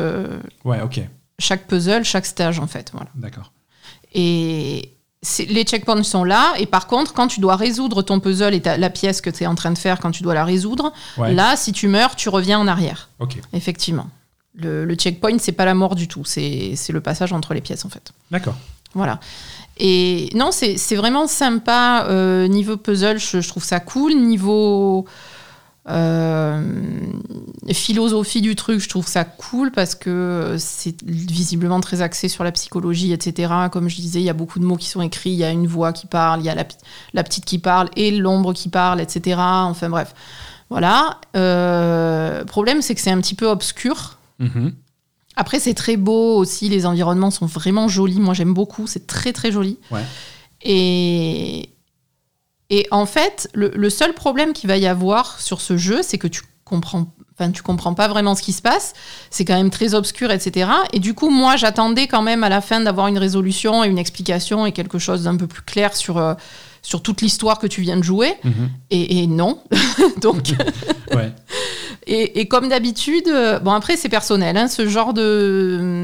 puzzle, chaque stage en fait. Voilà. D'accord. Et les checkpoints sont là. Et par contre, quand tu dois résoudre ton puzzle et la pièce que tu es en train de faire, quand tu dois la résoudre, là, si tu meurs, tu reviens en arrière. Ok. Effectivement. Le checkpoint, c'est pas la mort du tout. C'est le passage entre les pièces en fait. D'accord. Voilà. Et non, c'est vraiment sympa. Niveau puzzle, je trouve ça cool. Niveau... philosophie du truc, je trouve ça cool parce que c'est visiblement très axé sur la psychologie, etc. Comme je disais, il y a beaucoup de mots qui sont écrits, il y a une voix qui parle, il y a la petite qui parle et l'ombre qui parle, etc. Enfin bref, voilà. Problème, c'est que c'est un petit peu obscur. Mm-hmm. Après, c'est très beau aussi, les environnements sont vraiment jolis. Moi, j'aime beaucoup, c'est très très joli. Ouais. Et en fait, le seul problème qu'il va y avoir sur ce jeu, c'est que tu comprends pas vraiment ce qui se passe. C'est quand même très obscur, etc. Et du coup, moi, j'attendais quand même à la fin d'avoir une résolution et une explication et quelque chose d'un peu plus clair sur toute l'histoire que tu viens de jouer. Mm-hmm. Et non. Donc... ouais. Et comme d'habitude, bon après c'est personnel, ce genre de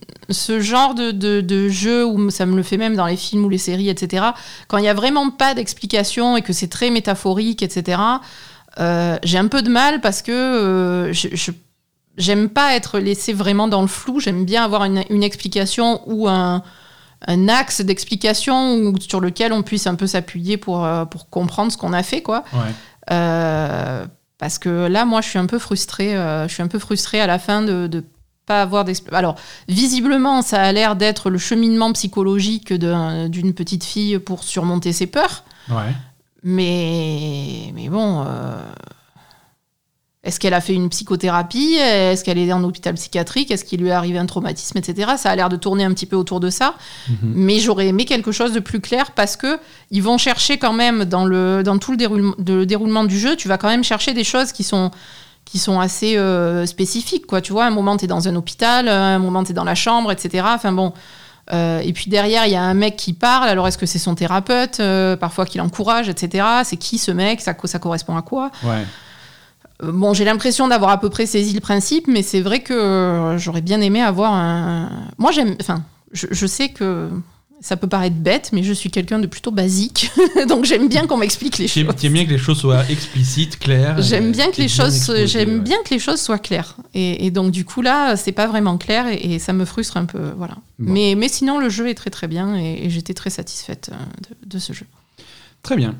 jeu où ça me le fait même dans les films ou les séries, etc. Quand il n'y a vraiment pas d'explication et que c'est très métaphorique, etc. J'ai un peu de mal parce que j'aime pas être laissée vraiment dans le flou. J'aime bien avoir une explication ou un axe d'explication sur lequel on puisse un peu s'appuyer pour comprendre ce qu'on a fait, quoi. Ouais. Parce que là, moi, je suis un peu frustrée. À la fin de pas avoir d'explication. Alors, visiblement, ça a l'air d'être le cheminement psychologique d'une petite fille pour surmonter ses peurs. Ouais. Mais bon... Est-ce qu'elle a fait une psychothérapie? Est-ce qu'elle est en hôpital psychiatrique? Est-ce qu'il lui est arrivé un traumatisme, etc. Ça a l'air de tourner un petit peu autour de ça. Mm-hmm. Mais j'aurais aimé quelque chose de plus clair parce qu'ils vont chercher quand même, dans tout le déroulement du jeu, tu vas quand même chercher des choses qui sont assez spécifiques, quoi. Tu vois, un moment, tu es dans un hôpital, un moment, tu es dans la chambre, etc. Enfin bon... et puis derrière, il y a un mec qui parle. Alors, est-ce que c'est son thérapeute, parfois qui l'encourage, etc. C'est qui ce mec? Ça correspond à quoi? Ouais. Bon, j'ai l'impression d'avoir à peu près saisi le principe, mais c'est vrai que j'aurais bien aimé avoir un... Moi, je sais que ça peut paraître bête, mais je suis quelqu'un de plutôt basique, donc j'aime bien qu'on m'explique les choses. T'aimes bien que les choses soient explicites, claires. J'aime bien que les choses soient claires. Et donc, du coup, là, c'est pas vraiment clair et ça me frustre un peu, voilà. Bon. Mais sinon, le jeu est très, très bien et j'étais très satisfaite de ce jeu. Très bien.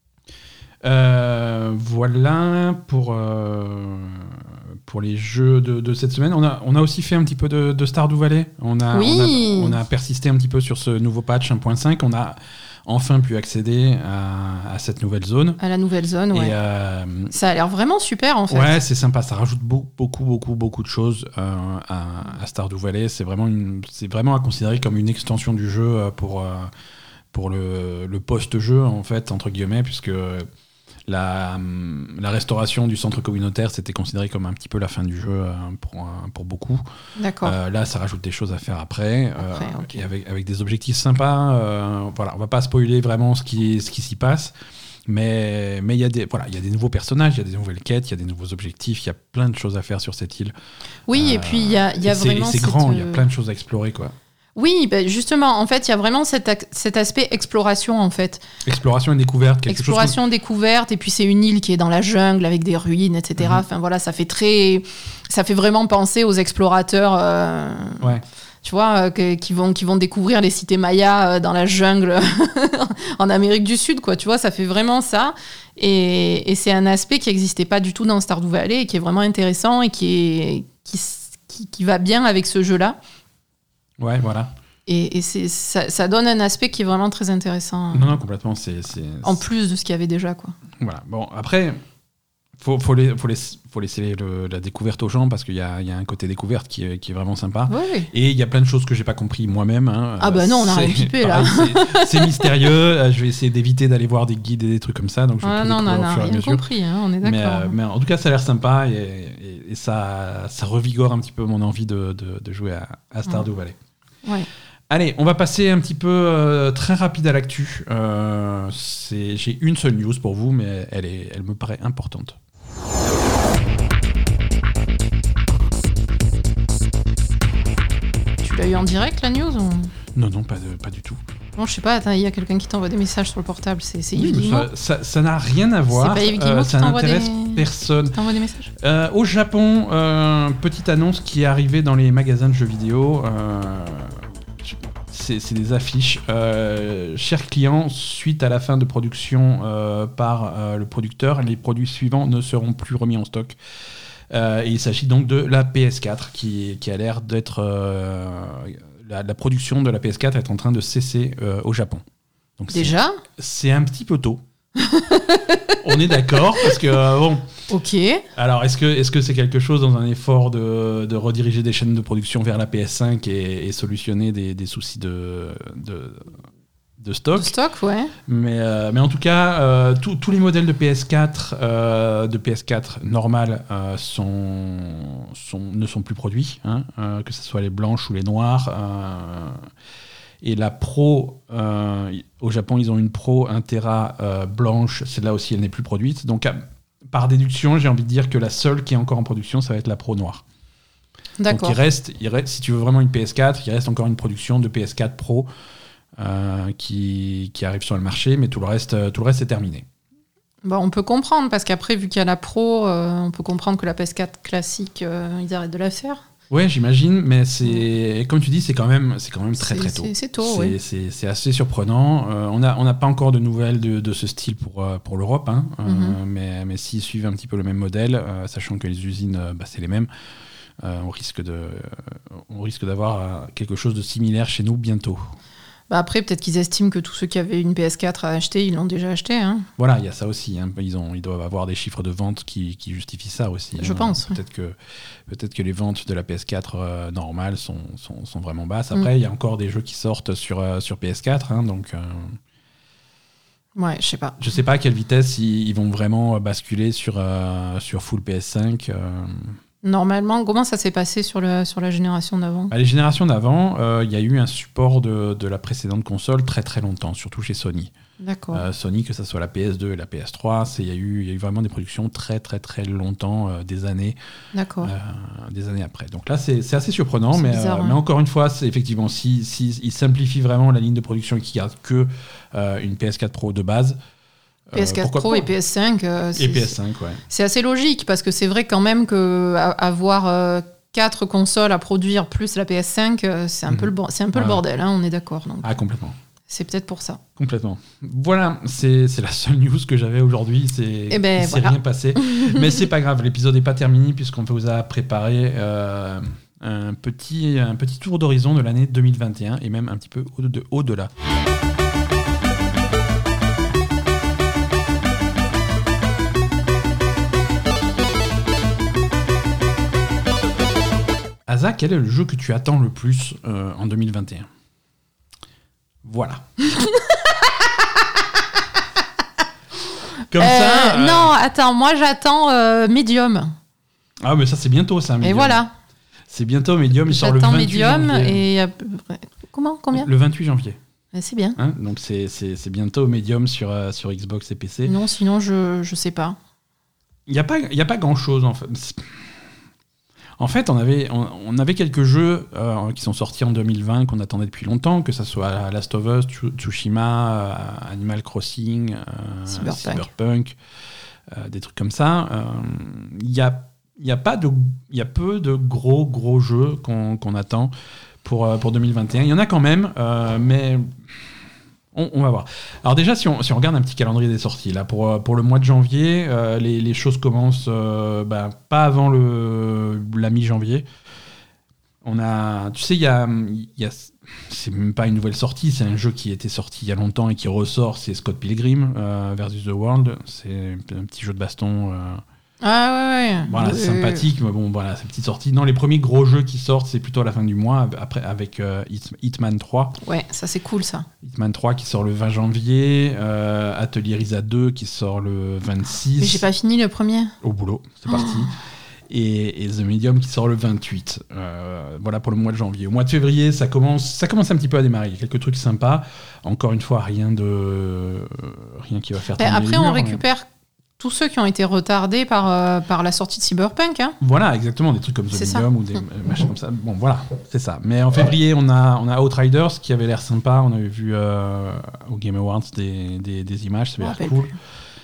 Voilà pour les jeux de cette semaine. On a aussi fait un petit peu de Stardew Valley. On a persisté un petit peu sur ce nouveau patch 1.5. On a enfin pu accéder à cette nouvelle zone. À la nouvelle zone, ouais. Ça a l'air vraiment super, en fait. Ouais, c'est sympa. Ça rajoute beaucoup de choses à Stardew Valley. C'est vraiment à considérer comme une extension du jeu pour le post-jeu, en fait, entre guillemets, puisque... La restauration du centre communautaire, c'était considéré comme un petit peu la fin du jeu pour beaucoup. D'accord. Là, ça rajoute des choses à faire après okay. Et avec des objectifs sympas. Voilà, on va pas spoiler vraiment ce qui s'y passe, mais il y a des nouveaux personnages, il y a des nouvelles quêtes, il y a des nouveaux objectifs, il y a plein de choses à faire sur cette île. Oui, et puis il y a vraiment... C'est grand, il y a plein de choses à explorer, quoi. Oui, bah justement, en fait, il y a vraiment cet aspect exploration, en fait. Exploration et découverte. Exploration, découverte, et puis c'est une île qui est dans la jungle avec des ruines, etc. Enfin voilà, ça fait vraiment penser aux explorateurs. Tu vois, qui vont découvrir les cités mayas dans la jungle en Amérique du Sud, quoi. Tu vois, ça fait vraiment ça. Et c'est un aspect qui n'existait pas du tout dans Stardew Valley et qui est vraiment intéressant et qui va bien avec ce jeu-là. Ouais, voilà. Et ça donne un aspect qui est vraiment très intéressant. Non, complètement. En plus de ce qu'il y avait déjà, quoi. Voilà. Bon, après... Faut laisser la découverte aux gens parce qu'il y a un côté découverte qui est vraiment sympa. Oui. Et il y a plein de choses que j'ai pas compris moi-même. Non, on a rien pipé là. C'est mystérieux. Je vais essayer d'éviter d'aller voir des guides et des trucs comme ça. Donc je vais on a rien compris. On est d'accord. Mais en tout cas, ça a l'air sympa et ça revigore un petit peu mon envie de jouer à Stardew Valley. Ouais. Allez, on va passer un petit peu très rapide à l'actu. J'ai une seule news pour vous, mais elle me paraît importante. Tu l'as eu en direct, la news ou... Non, pas du tout. Bon, je sais pas, il y a quelqu'un qui t'envoie des messages sur le portable, c'est Yves Guillemot. Ça n'a rien à voir. C'est pas Yves Guillemot ça n'intéresse personne. Qui t'envoie des messages au Japon, petite annonce qui est arrivée dans les magasins de jeux vidéo. C'est des affiches. Chers clients, suite à la fin de production par le producteur, les produits suivants ne seront plus remis en stock. Et il s'agit donc de la PS4 qui a l'air d'être... la production de la PS4 est en train de cesser au Japon. Donc déjà ? C'est un petit peu tôt. On est d'accord parce que bon. Ok. Alors est-ce que c'est quelque chose dans un effort de rediriger des chaînes de production vers la PS5 et solutionner des soucis de stock. De stock, ouais. Mais en tout cas, tous les modèles de PS4 normales ne sont plus produits, que ce soit les blanches ou les noires. Et la Pro, au Japon, ils ont une Pro 1 Tera blanche. Celle-là aussi, elle n'est plus produite. Donc, par déduction, j'ai envie de dire que la seule qui est encore en production, ça va être la Pro noire. D'accord. Donc, il reste, si tu veux vraiment une PS4, il reste encore une production de PS4 Pro qui arrive sur le marché, mais tout le reste est terminé. Bon, on peut comprendre, parce qu'après, vu qu'il y a la Pro, on peut comprendre que la PS4 classique, ils arrêtent de la faire. Ouais, j'imagine, mais comme tu dis, c'est quand même très très tôt. C'est tôt, oui. C'est assez surprenant. On n'a pas encore de nouvelles de ce style pour l'Europe, mais s'ils suivent un petit peu le même modèle, sachant que les usines, c'est les mêmes, on risque d'avoir quelque chose de similaire chez nous bientôt. Après, peut-être qu'ils estiment que tous ceux qui avaient une PS4 à acheter, ils l'ont déjà acheté. Voilà, il y a ça aussi. Ils doivent avoir des chiffres de vente qui justifient ça aussi. Je pense. Peut-être que les ventes de la PS4 normale sont vraiment basses. Après, il y a encore des jeux qui sortent sur PS4. Donc, ouais, je sais pas. Je sais pas à quelle vitesse ils vont vraiment basculer sur full PS5. Normalement, comment ça s'est passé sur la génération d'avant ? Les générations d'avant, il y a eu un support de la précédente console très très longtemps, surtout chez Sony. D'accord. Sony, que ce soit la PS2 et la PS3, il y a eu vraiment des productions très très très longtemps, des années. D'accord. Des années après. Donc là, c'est assez surprenant, mais encore une fois, c'est effectivement, si ils simplifient vraiment la ligne de production et qu'ils gardent que une PS4 Pro de base. PS4 Pro et PS5, PS5, ouais. C'est assez logique, parce que c'est vrai quand même qu'avoir 4 consoles à produire plus la PS5, c'est un peu le bordel, on est d'accord. Donc. Ah, complètement. C'est peut-être pour ça. Complètement. Voilà, c'est la seule news que j'avais aujourd'hui. Il s'est rien passé. Mais c'est pas grave, l'épisode n'est pas terminé puisqu'on vous a préparé un petit tour d'horizon de l'année 2021 et même un petit peu au-delà. Asa, quel est le jeu que tu attends le plus en 2021 ? Voilà. Comme ça. Non, attends, moi j'attends Medium. Ah, mais ça c'est bientôt ça. Medium. Et voilà. C'est bientôt Medium, il sort le 28 Medium janvier. Et à peu près... Combien ? Le 28 janvier. C'est bien. Donc c'est bientôt Medium sur Xbox et PC. Non, sinon je sais pas. Il y a pas grand chose en fait. En fait, on avait quelques jeux qui sont sortis en 2020 qu'on attendait depuis longtemps, que ça soit Last of Us, Tsushima, Animal Crossing, Cyberpunk, des trucs comme ça. Il y a peu de gros jeux qu'on attend pour 2021. Il y en a quand même, mais on va voir. Alors déjà, si on regarde un petit calendrier des sorties, là, pour le mois de janvier, les choses commencent pas avant la mi-janvier. On a, tu sais, il y a c'est même pas une nouvelle sortie, c'est un jeu qui était sorti il y a longtemps et qui ressort, c'est Scott Pilgrim versus The World. C'est un petit jeu de baston. Voilà, c'est sympathique, mais bon, voilà, c'est une petite sortie. Non, les premiers gros jeux qui sortent, c'est plutôt à la fin du mois, après, avec Hitman 3. Ouais, ça c'est cool, ça. Hitman 3 qui sort le 20 janvier, Atelier Risa 2 qui sort le 26. Mais j'ai pas fini le premier. Au boulot, c'est parti. Et The Medium qui sort le 28. Voilà pour le mois de janvier. Au mois de février, ça commence un petit peu à démarrer. Il y a quelques trucs sympas. Encore une fois, rien qui va faire tourner après, les on murs, récupère tous ceux qui ont été retardés par la sortie de Cyberpunk. Hein. Voilà, exactement, des trucs comme The Medium ou des machins comme ça. Bon, voilà, c'est ça. Mais en février, on a Outriders qui avait l'air sympa. On avait vu au Game Awards des images, ça avait l'air cool.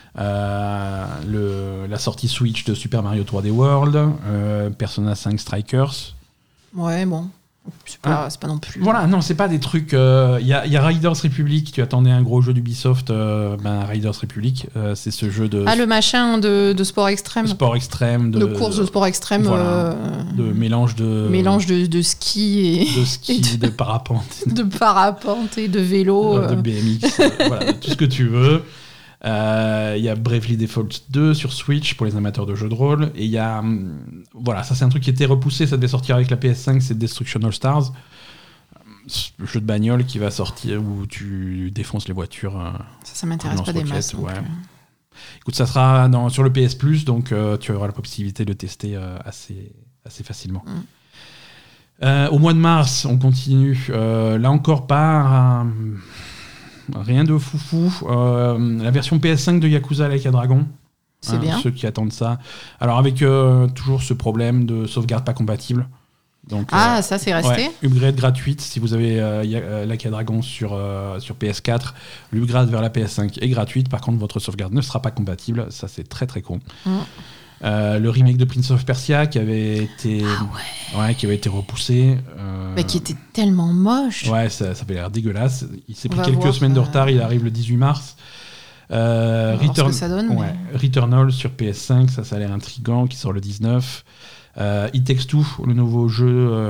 La sortie Switch de Super Mario 3D World, Persona 5 Strikers. Ouais, bon. C'est pas non plus. Voilà, non, c'est pas des trucs. Il y a Riders Republic, tu attendais un gros jeu d'Ubisoft. Riders Republic, c'est ce jeu de. Le machin de sport extrême. Sport extrême. De course de sport extrême. Voilà, de mélange de ski et. De ski, de parapente. De parapente et de vélo. De BMX, voilà, tout ce que tu veux. Il y a Bravely Default 2 sur Switch pour les amateurs de jeux de rôle, et il y a voilà, ça c'est un truc qui était repoussé, ça devait sortir avec la PS5, c'est Destruction All Stars, jeu de bagnole qui va sortir où tu défonces les voitures. Ça m'intéresse pas des masses. Ouais. Écoute, ça sera sur le PS Plus, donc tu auras la possibilité de tester assez facilement. Au mois de mars, on continue. Là encore pas. Rien de foufou. La version PS5 de Yakuza Like a Dragon. C'est bien. Ceux qui attendent ça. Alors avec toujours ce problème de sauvegarde pas compatible. Donc, ça c'est resté. Ouais, upgrade gratuite si vous avez Like a Dragon sur PS4. L'upgrade vers la PS5 est gratuite. Par contre, votre sauvegarde ne sera pas compatible. Ça, c'est très très con. Le remake de Prince of Persia qui avait été repoussé. Mais qui était tellement moche. Ouais, ça avait l'air dégueulasse. Il s'est pris quelques semaines de retard. Il arrive le 18 mars. Returnal sur PS5, ça a l'air intriguant, qui sort le 19. It Takes Two, le nouveau jeu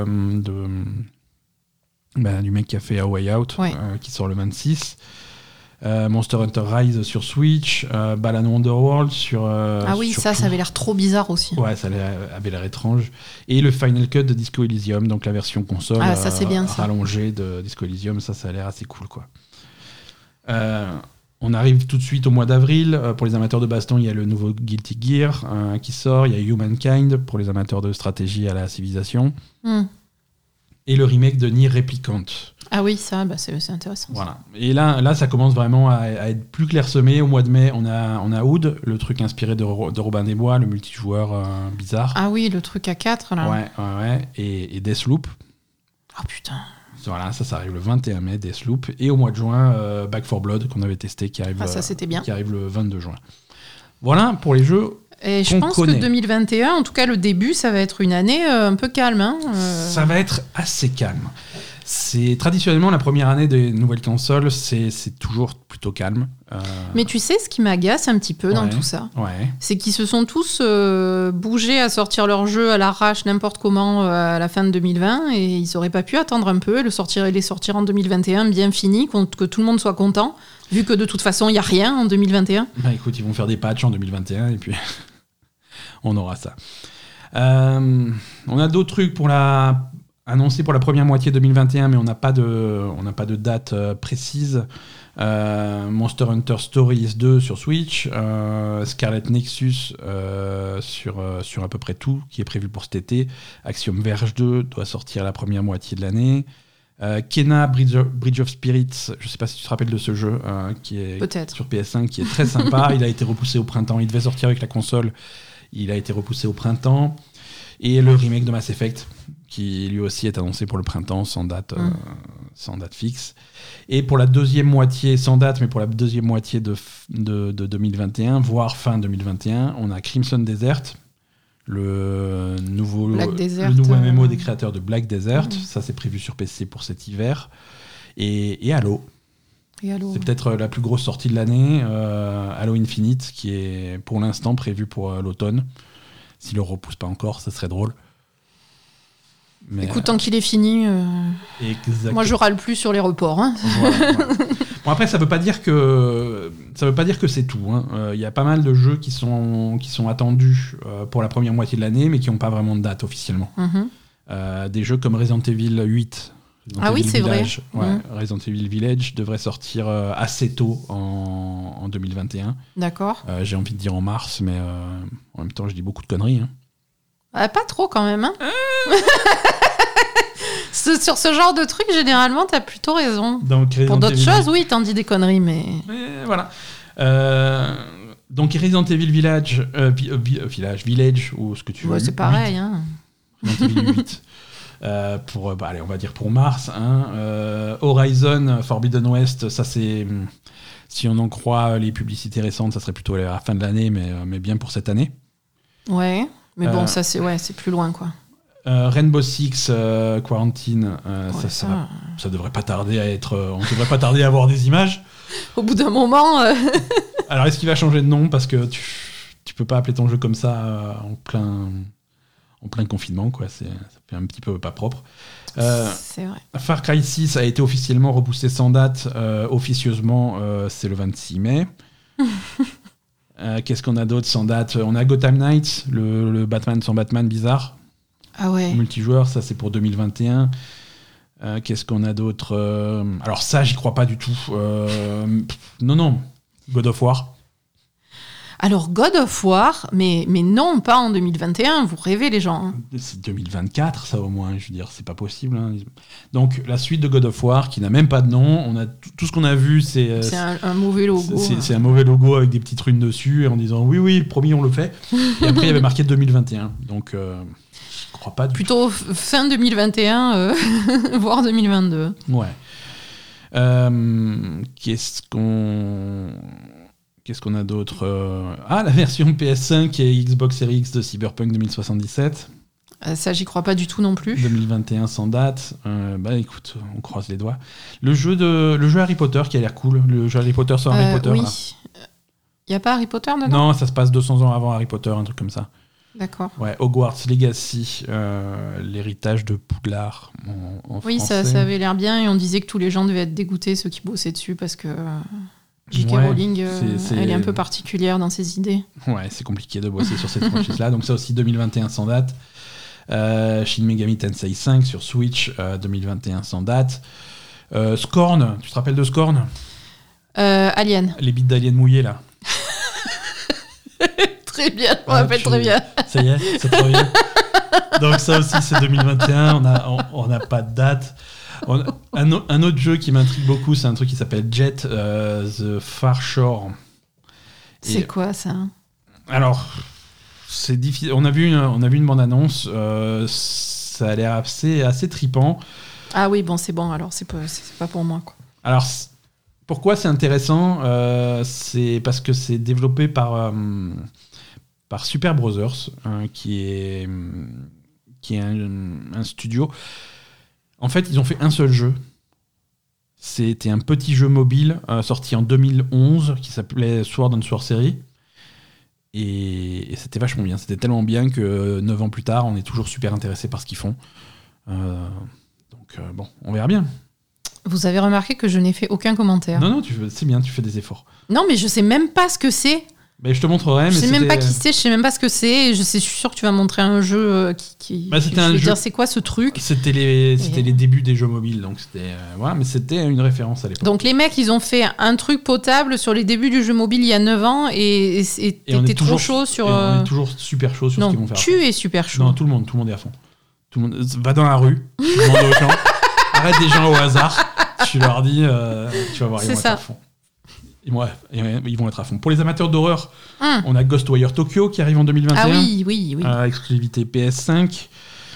du mec qui a fait A Way Out, qui sort le 26. Monster Hunter Rise sur Switch, Balan Wonderworld sur ça avait l'air trop bizarre aussi. Ouais, ça avait l'air étrange. Et le Final Cut de Disco Elysium, donc la version console ça, c'est bien, rallongée de Disco Elysium, ça a l'air assez cool, quoi. On arrive tout de suite au mois d'avril. Pour les amateurs de baston, il y a le nouveau Guilty Gear qui sort. Il y a Humankind pour les amateurs de stratégie à la civilisation. Et le remake de Nier Replicant. Ah oui, ça, c'est intéressant. Voilà. Et là, ça commence vraiment à être plus clairsemé. Au mois de mai, on a Oud, le truc inspiré de Robin des Bois, le multijoueur bizarre. Ah oui, le truc à 4, là. Ouais. Et Deathloop. Oh putain. Voilà, ça arrive le 21 mai, Deathloop. Et au mois de juin, Back 4 Blood, qu'on avait testé, qui arrive, ça, c'était bien. Qui arrive le 22 juin. Voilà pour les jeux. Et je pense que 2021, en tout cas le début, ça va être une année un peu calme. Ça va être assez calme. C'est traditionnellement la première année des nouvelles consoles, c'est toujours plutôt calme. Mais tu sais, ce qui m'agace un petit peu dans tout ça, c'est qu'ils se sont tous bougés à sortir leur jeu à l'arrache n'importe comment à la fin de 2020, et ils n'auraient pas pu attendre un peu et les sortir en 2021 bien fini, que tout le monde soit content, vu que de toute façon il n'y a rien en 2021. Écoute, ils vont faire des patchs en 2021 et puis on aura ça. On a d'autres trucs annoncé pour la première moitié 2021, mais on n'a pas de date précise. Monster Hunter Stories 2 sur Switch, Scarlet Nexus sur à peu près tout, qui est prévu pour cet été. Axiom Verge 2 doit sortir la première moitié de l'année. Kena Bridge of Spirits, je ne sais pas si tu te rappelles de ce jeu, qui est peut-être sur PS5, qui est très sympa. Il a été repoussé au printemps. Il devait sortir avec la console. Il a été repoussé au printemps. Et le remake de Mass Effect, qui lui aussi est annoncé pour le printemps, sans date fixe. Et pour la deuxième moitié, sans date, mais pour la deuxième moitié de 2021, voire fin 2021, on a Crimson Desert, le nouveau MMO des créateurs de Black Desert. Ça, c'est prévu sur PC pour cet hiver. Et Halo. C'est peut-être la plus grosse sortie de l'année, Halo Infinite, qui est pour l'instant prévu pour l'automne. S'il ne le repousse pas encore, ça serait drôle. Mais écoute, tant qu'il est fini, moi je râle plus sur les reports. Hein. Voilà. Bon, après, ça veut pas dire que c'est tout. Il y a pas mal de jeux qui sont attendus pour la première moitié de l'année, mais qui n'ont pas vraiment de date officiellement. Des jeux comme Resident Evil 8. C'est Village, vrai. Resident Evil Village devrait sortir assez tôt en 2021. D'accord. J'ai envie de dire en mars, mais en même temps, je dis beaucoup de conneries. Pas trop quand même. Hein. Sur ce genre de truc, généralement, t'as plutôt raison. Pour d'autres choses, oui, t'en dis des conneries, mais voilà. Donc Resident Evil Village, Village, ou ce que tu veux. C'est pareil. 8. Hein. Resident Evil 8. Allez, on va dire pour mars. Horizon Forbidden West, ça c'est... Si on en croit les publicités récentes, ça serait plutôt à la fin de l'année, mais bien pour cette année. Ouais, mais bon, ça c'est plus loin, quoi. Rainbow Six Quarantine, ça devrait pas tarder à être... on devrait pas tarder à avoir des images. Au bout d'un moment... Alors, est-ce qu'il va changer de nom ? Parce que tu peux pas appeler ton jeu comme ça en plein confinement, quoi. Ça fait un petit peu pas propre. C'est vrai. Far Cry 6 a été officiellement repoussé sans date. Officieusement, c'est le 26 mai. Qu'est-ce qu'on a d'autre sans date ? On a Gotham Knights, le Batman sans Batman bizarre. Ah ouais. Multijoueur, ça c'est pour 2021. Qu'est-ce qu'on a d'autre ? Alors ça, j'y crois pas du tout. Non. God of War. Alors God of War, mais non, pas en 2021, vous rêvez les gens. C'est 2024 ça au moins, je veux dire, c'est pas possible. Donc la suite de God of War qui n'a même pas de nom, on a tout ce qu'on a vu, c'est un mauvais logo. C'est un mauvais logo avec des petites runes dessus en disant oui, promis on le fait. Et après il y avait marqué 2021, donc je crois pas du plutôt fin 2021, voire 2022. Ouais. Qu'est-ce qu'on a d'autre ? La version PS5 et Xbox Series X de Cyberpunk 2077. Ça, j'y crois pas du tout non plus. 2021 sans date. Écoute, on croise les doigts. Le jeu Harry Potter qui a l'air cool. Le jeu Harry Potter sur Harry Potter. Oui. Il n'y a pas Harry Potter dedans ? Non, ça se passe 200 ans avant Harry Potter, un truc comme ça. D'accord. Ouais, Hogwarts Legacy, l'héritage de Poudlard en oui, français. ça avait l'air bien et on disait que tous les gens devaient être dégoûtés, ceux qui bossaient dessus, parce que... J.K. Rowling, elle est un peu particulière dans ses idées. Ouais, c'est compliqué de bosser sur cette franchise-là. Donc ça aussi, 2021 sans date. Shin Megami Tensei 5 sur Switch, 2021 sans date. Scorn, tu te rappelles de Scorn ? Alien. Les bites d'Alien mouillées, là. Très bien, je me rappelle très bien. Ça y est, c'est trop bien. Donc ça aussi, c'est 2021, on n'a pas de date. Un autre jeu qui m'intrigue beaucoup, c'est un truc qui s'appelle Jet The Far Shore. C'est quoi ça ? Alors, c'est difficile. On a vu une bande-annonce. Ça a l'air assez tripant. Ah oui, bon, c'est bon. Alors, c'est pas pour moi, quoi. Alors, pourquoi c'est intéressant ? C'est parce que c'est développé par Super Brothers, qui est un studio. En fait, ils ont fait un seul jeu. C'était un petit jeu mobile sorti en 2011 qui s'appelait Sword and Sorcery. Et c'était vachement bien. C'était tellement bien que 9 ans plus tard, on est toujours super intéressé par ce qu'ils font. Donc, on verra bien. Vous avez remarqué que je n'ai fait aucun commentaire. Non, c'est bien, tu fais des efforts. Non, mais je sais même pas ce que c'est. Mais je te montrerai. Je sais même pas qui c'est, je sais même pas ce que c'est. Je suis sûr que tu vas montrer un jeu qui c'était un jeu. Dire c'est quoi ce truc ? C'était les débuts des jeux mobiles, donc c'était mais c'était une référence à l'époque. Donc les mecs, ils ont fait un truc potable sur les débuts du jeu mobile il y a 9 ans et t'étais trop chaud sur. On est toujours super chaud sur ce qu'ils vont faire. Tu es super chaud. Non, tout le monde est à fond. Tout le monde va dans la rue, tu demandes aux gens, arrête des gens au hasard, tu leur dis, tu vas voir, ils vont être à fond. ils vont être à fond. Pour les amateurs d'horreur, on a Ghostwire Tokyo qui arrive en 2021. Ah oui. Exclusivité PS5.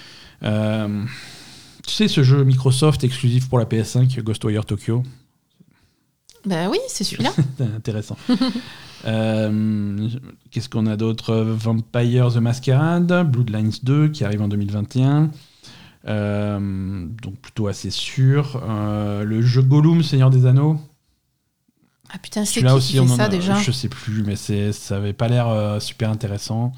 Tu sais, ce jeu Microsoft exclusif pour la PS5, Ghostwire Tokyo. Ben oui, c'est celui-là. C'est intéressant. Qu'est-ce qu'on a d'autre? Vampire the Masquerade, Bloodlines 2 qui arrive en 2021. Donc plutôt assez sûr. Le jeu Gollum, Seigneur des Anneaux. Ah putain, c'est qui aussi, fait ça déjà? Je sais plus, mais ça avait pas l'air super intéressant.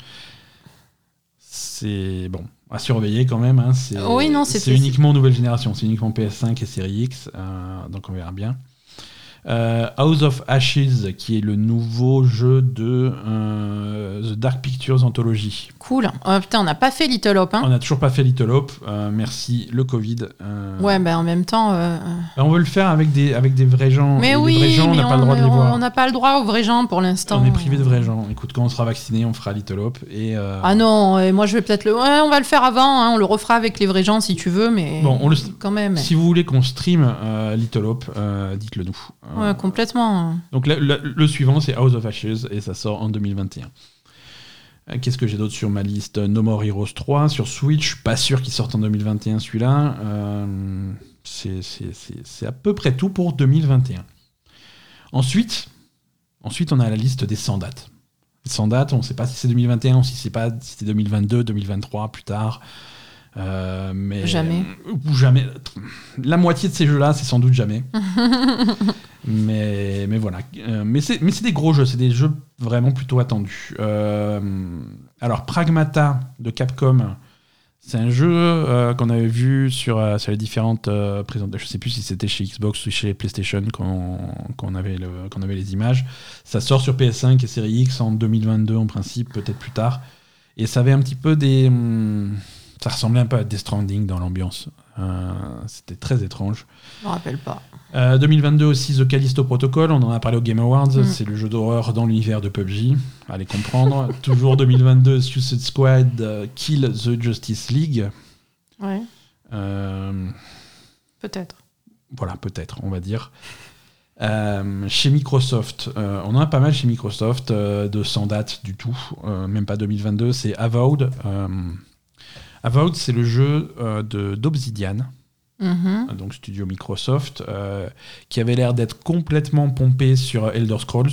C'est bon, à surveiller quand même. Hein. C'est uniquement nouvelle génération, c'est uniquement PS5 et Series X, donc on verra bien. House of Ashes, qui est le nouveau jeu de The Dark Pictures Anthology. Cool. Oh, putain, on n'a pas fait Little Hope. Hein. On n'a toujours pas fait Little Hope. Merci le Covid. Ouais, en même temps. On veut le faire avec des vrais gens. Mais oui, les vrais gens, on n'a pas le droit de les voir. On n'a pas le droit aux vrais gens pour l'instant. On est privé de vrais gens. Écoute, quand on sera vacciné, on fera Little Hope. Ah non, moi je vais peut-être on va le faire avant. Hein, on le refera avec les vrais gens si tu veux, mais bon, quand même. Si vous voulez qu'on stream Little Hope, dites-le nous. Ouais, complètement. Donc le suivant, c'est House of Ashes et ça sort en 2021. Qu'est-ce que j'ai d'autre sur ma liste? No More Heroes 3 sur Switch, pas sûr qu'il sorte en 2021 celui-là. C'est à peu près tout pour 2021. Ensuite, on a la liste des sans dates. Sans date, on ne sait pas si c'est 2021 ou si c'est 2022, 2023, plus tard. Mais jamais. La moitié de ces jeux-là, c'est sans doute jamais. mais voilà. Mais c'est des gros jeux, c'est des jeux vraiment plutôt attendus. Alors, Pragmata de Capcom, c'est un jeu qu'on avait vu sur les différentes présentations. Je ne sais plus si c'était chez Xbox ou chez PlayStation qu'on avait les images. Ça sort sur PS5 et Series X en 2022 en principe, peut-être plus tard. Et ça avait un petit peu ça ressemblait un peu à Death Stranding dans l'ambiance. C'était très étrange. Je me rappelle pas. 2022 aussi, The Callisto Protocol, on en a parlé au Game Awards, c'est le jeu d'horreur dans l'univers de PUBG, allez comprendre. Toujours 2022, Suicide Squad, Kill the Justice League. Ouais. Peut-être. Voilà, peut-être, on va dire. Chez Microsoft, on en a pas mal chez Microsoft, de sans date du tout, même pas 2022, c'est Avowed. Avowed, c'est le jeu d'Obsidian. Donc studio Microsoft, qui avait l'air d'être complètement pompé sur Elder Scrolls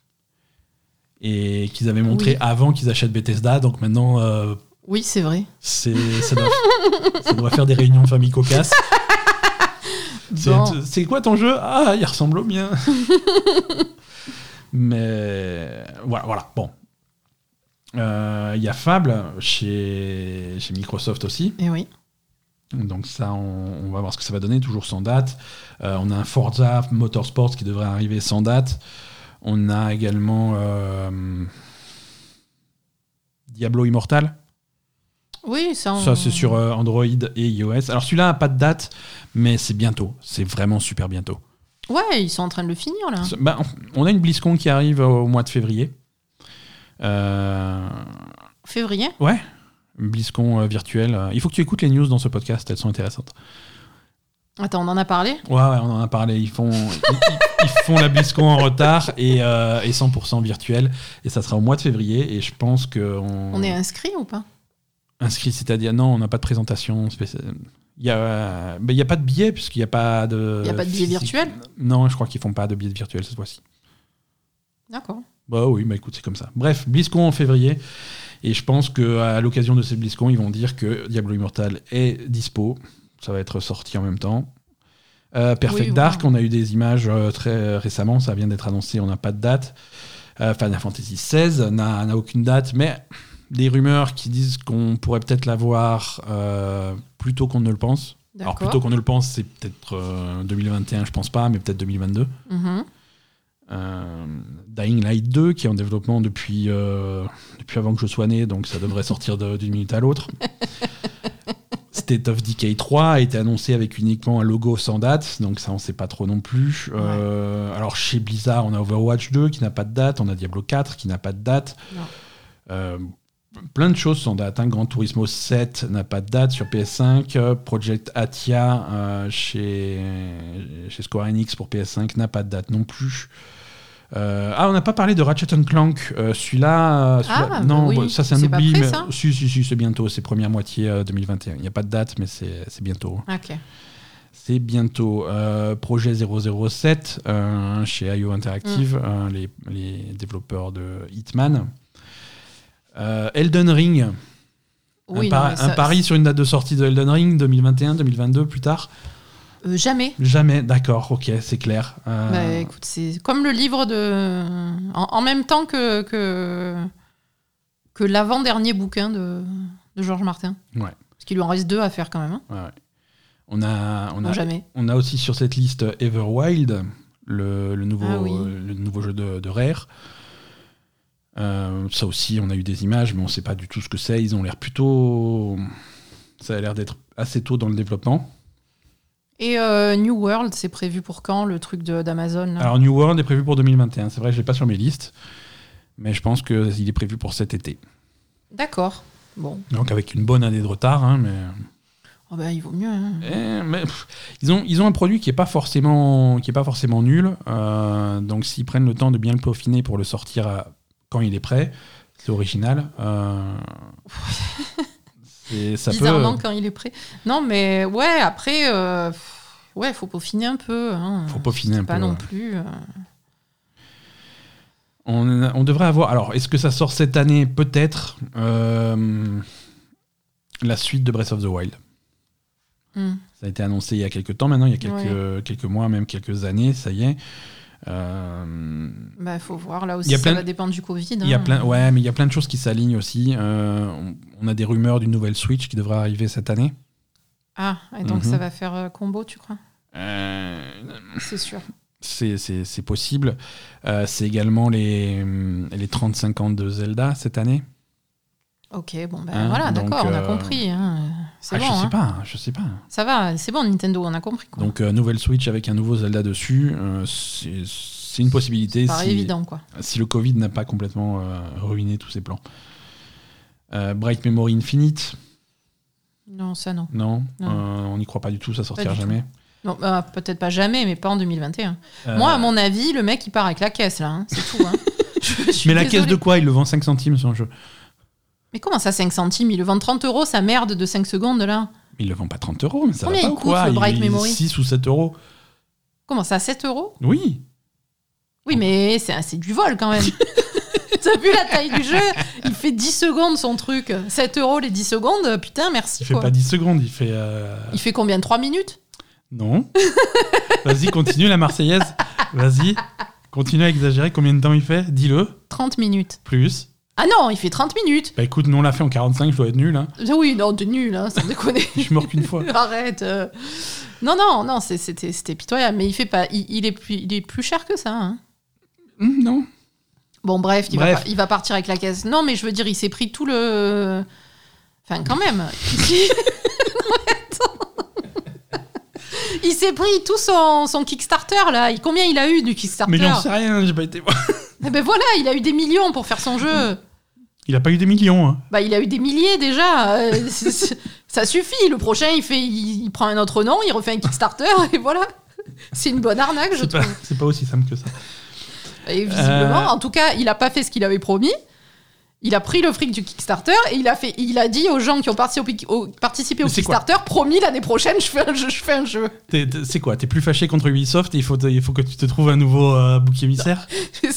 et qu'ils avaient montré avant qu'ils achètent Bethesda, donc maintenant oui, c'est vrai, ça doit faire des réunions de famille cocasses. C'est quoi ton jeu? Ah, il ressemble au mien. Mais voilà, bon. Il y a Fable chez Microsoft aussi. Et oui. Donc ça, on va voir ce que ça va donner, toujours sans date. On a un Forza Motorsports qui devrait arriver sans date. On a également Diablo Immortal. Oui, ça c'est sur Android et iOS. Alors celui-là n'a pas de date, mais c'est bientôt. C'est vraiment super bientôt. Ouais, ils sont en train de le finir là. On a une BlizzCon qui arrive au mois de février. Février ? Ouais. BlizzCon virtuel. Il faut que tu écoutes les news dans ce podcast, elles sont intéressantes. Attends, on en a parlé ? Ouais, on en a parlé. Ils font la BlizzCon en retard et 100% virtuel. Et ça sera au mois de février. Et je pense que on est inscrit ou pas ? Inscrit, c'est-à-dire non, on n'a pas de présentation spéciale. Il y a pas de billet puisqu'il n'y a pas de. Il n'y a pas de billet virtuel ? Non, je crois qu'ils font pas de billet virtuel cette fois-ci. D'accord. Bah oui, écoute, c'est comme ça. Bref, BlizzCon en février. Et je pense qu'à l'occasion de ces BlizzCon, ils vont dire que Diablo Immortal est dispo. Ça va être sorti en même temps. Perfect Dark, on a eu des images très récemment. Ça vient d'être annoncé, on n'a pas de date. Final Fantasy XVI n'a aucune date, mais des rumeurs qui disent qu'on pourrait peut-être l'avoir plus tôt qu'on ne le pense. D'accord. Alors, plus tôt qu'on ne le pense, c'est peut-être 2021, je pense pas, mais peut-être 2022. Dying Light 2 qui est en développement depuis avant que je sois né, donc ça devrait sortir d'une minute à l'autre. State of Decay 3 a été annoncé avec uniquement un logo sans date, donc ça on sait pas trop non plus. Alors chez Blizzard, on a Overwatch 2 qui n'a pas de date, on a Diablo 4 qui n'a pas de date. Plein de choses sans date. Gran Turismo 7 n'a pas de date sur PS5. Project Athia chez Square Enix pour PS5 n'a pas de date non plus. on n'a pas parlé de Ratchet & Clank. Celui-là, non, oui. Ça c'est un oubli. Prêt, mais ça si, c'est bientôt. C'est première moitié 2021. Il n'y a pas de date, mais c'est bientôt. Ok. C'est bientôt. Projet 007 chez IO Interactive, les développeurs de Hitman. Elden Ring. Oui, un pari sur une date de sortie de Elden Ring, 2021, 2022, plus tard. Jamais. Jamais, d'accord, ok, c'est clair. Écoute, c'est comme le livre de... En même temps que l'avant-dernier bouquin de Georges Martin. Ouais. Parce qu'il lui en reste 2 à faire quand même. Hein. Ouais. On a aussi sur cette liste Everwild, le nouveau jeu de Rare. Ça aussi, on a eu des images, mais on ne sait pas du tout ce que c'est. Ils ont l'air plutôt... Ça a l'air d'être assez tôt dans le développement. Et New World, c'est prévu pour quand, le truc d'Amazon là ? Alors New World est prévu pour 2021. C'est vrai, je ne l'ai pas sur mes listes, mais je pense qu'il est prévu pour cet été. D'accord. Bon. Donc avec une bonne année de retard, hein, mais... Oh il vaut mieux. Hein. Ils ont un produit qui n'est pas forcément nul. Donc s'ils prennent le temps de bien le peaufiner pour le sortir quand il est prêt, c'est original. Bizarrement quand il est prêt. Non, mais ouais, après, faut peaufiner un peu. Hein. Faut peaufiner un peu. Pas non plus. On devrait avoir. Alors, est-ce que ça sort cette année ? Peut-être. La suite de Breath of the Wild. Ça a été annoncé il y a quelques temps maintenant, il y a quelques mois, même quelques années, ça y est. Faut voir, là aussi, ça va dépendre du Covid. Mais il y a plein de choses qui s'alignent aussi. On a des rumeurs d'une nouvelle Switch qui devrait arriver cette année. Ah, et donc ça va faire combo, tu crois ? C'est sûr. C'est possible. C'est également les 35 ans de Zelda cette année. Ok, voilà, donc, d'accord, on a compris. Hein. C'est bon. Je sais pas. Ça va, c'est bon, Nintendo, on a compris. Quoi. Donc, nouvelle Switch avec un nouveau Zelda dessus, c'est une possibilité. C'est pas évident, quoi. Si le Covid n'a pas complètement ruiné tous ses plans. Bright Memory Infinite. Non, ça non. Non. On n'y croit pas du tout, ça sortira jamais. Non, peut-être pas jamais, mais pas en 2021. Moi, à mon avis, le mec, il part avec la caisse, là. Hein. C'est tout. Hein. Mais la caisse de quoi ? Il le vend 5 centimes sur un jeu. Mais comment ça, 5 centimes ? Il le vend 30 € sa merde de 5 secondes, là. Il le vend pas 30 €, mais ça combien va pas il coûte, le Bright Memory ? 6 ou 7 €. Comment ça, 7 €? Oui. Oui, mais c'est du vol, quand même. T'as vu la taille du jeu ? Il fait 10 secondes, son truc. 7 € les 10 secondes, putain, merci. Il fait pas 10 secondes, il fait... Il fait combien ? 3 minutes ? Non. Vas-y, continue la Marseillaise. Vas-y. Continue à exagérer. Combien de temps il fait ? Dis-le. 30 minutes. Plus. Ah non, il fait 30 minutes. Bah écoute, nous on l'a fait en 45, je dois être nul. Hein. Oui, non, t'es nul, hein, sans déconner. Je suis mort qu'une fois. Arrête. Non, c'était pitoyable. Mais il fait pas. Il est plus cher que ça. Hein. Non. Bon, bref, il va partir avec la caisse. Non, mais je veux dire, il s'est pris tout le. Enfin, quand même. Il s'est pris tout son Kickstarter, là. Combien il a eu du Kickstarter ? Mais j'en sais rien, j'ai pas été voir. Eh ben voilà, il a eu des millions pour faire son jeu. Il a pas eu des millions. Hein. Il a eu des milliers déjà. Ça suffit. Le prochain, il prend un autre nom, il refait un Kickstarter et voilà. C'est une bonne arnaque, je trouve. C'est pas aussi simple que ça. Et visiblement, en tout cas, il a pas fait ce qu'il avait promis. Il a pris le fric du Kickstarter et il a dit aux gens qui ont participé au Kickstarter, promis, l'année prochaine, je fais un jeu. C'est quoi ? T'es plus fâché contre Ubisoft et il faut que tu te trouves un nouveau bouc émissaire ?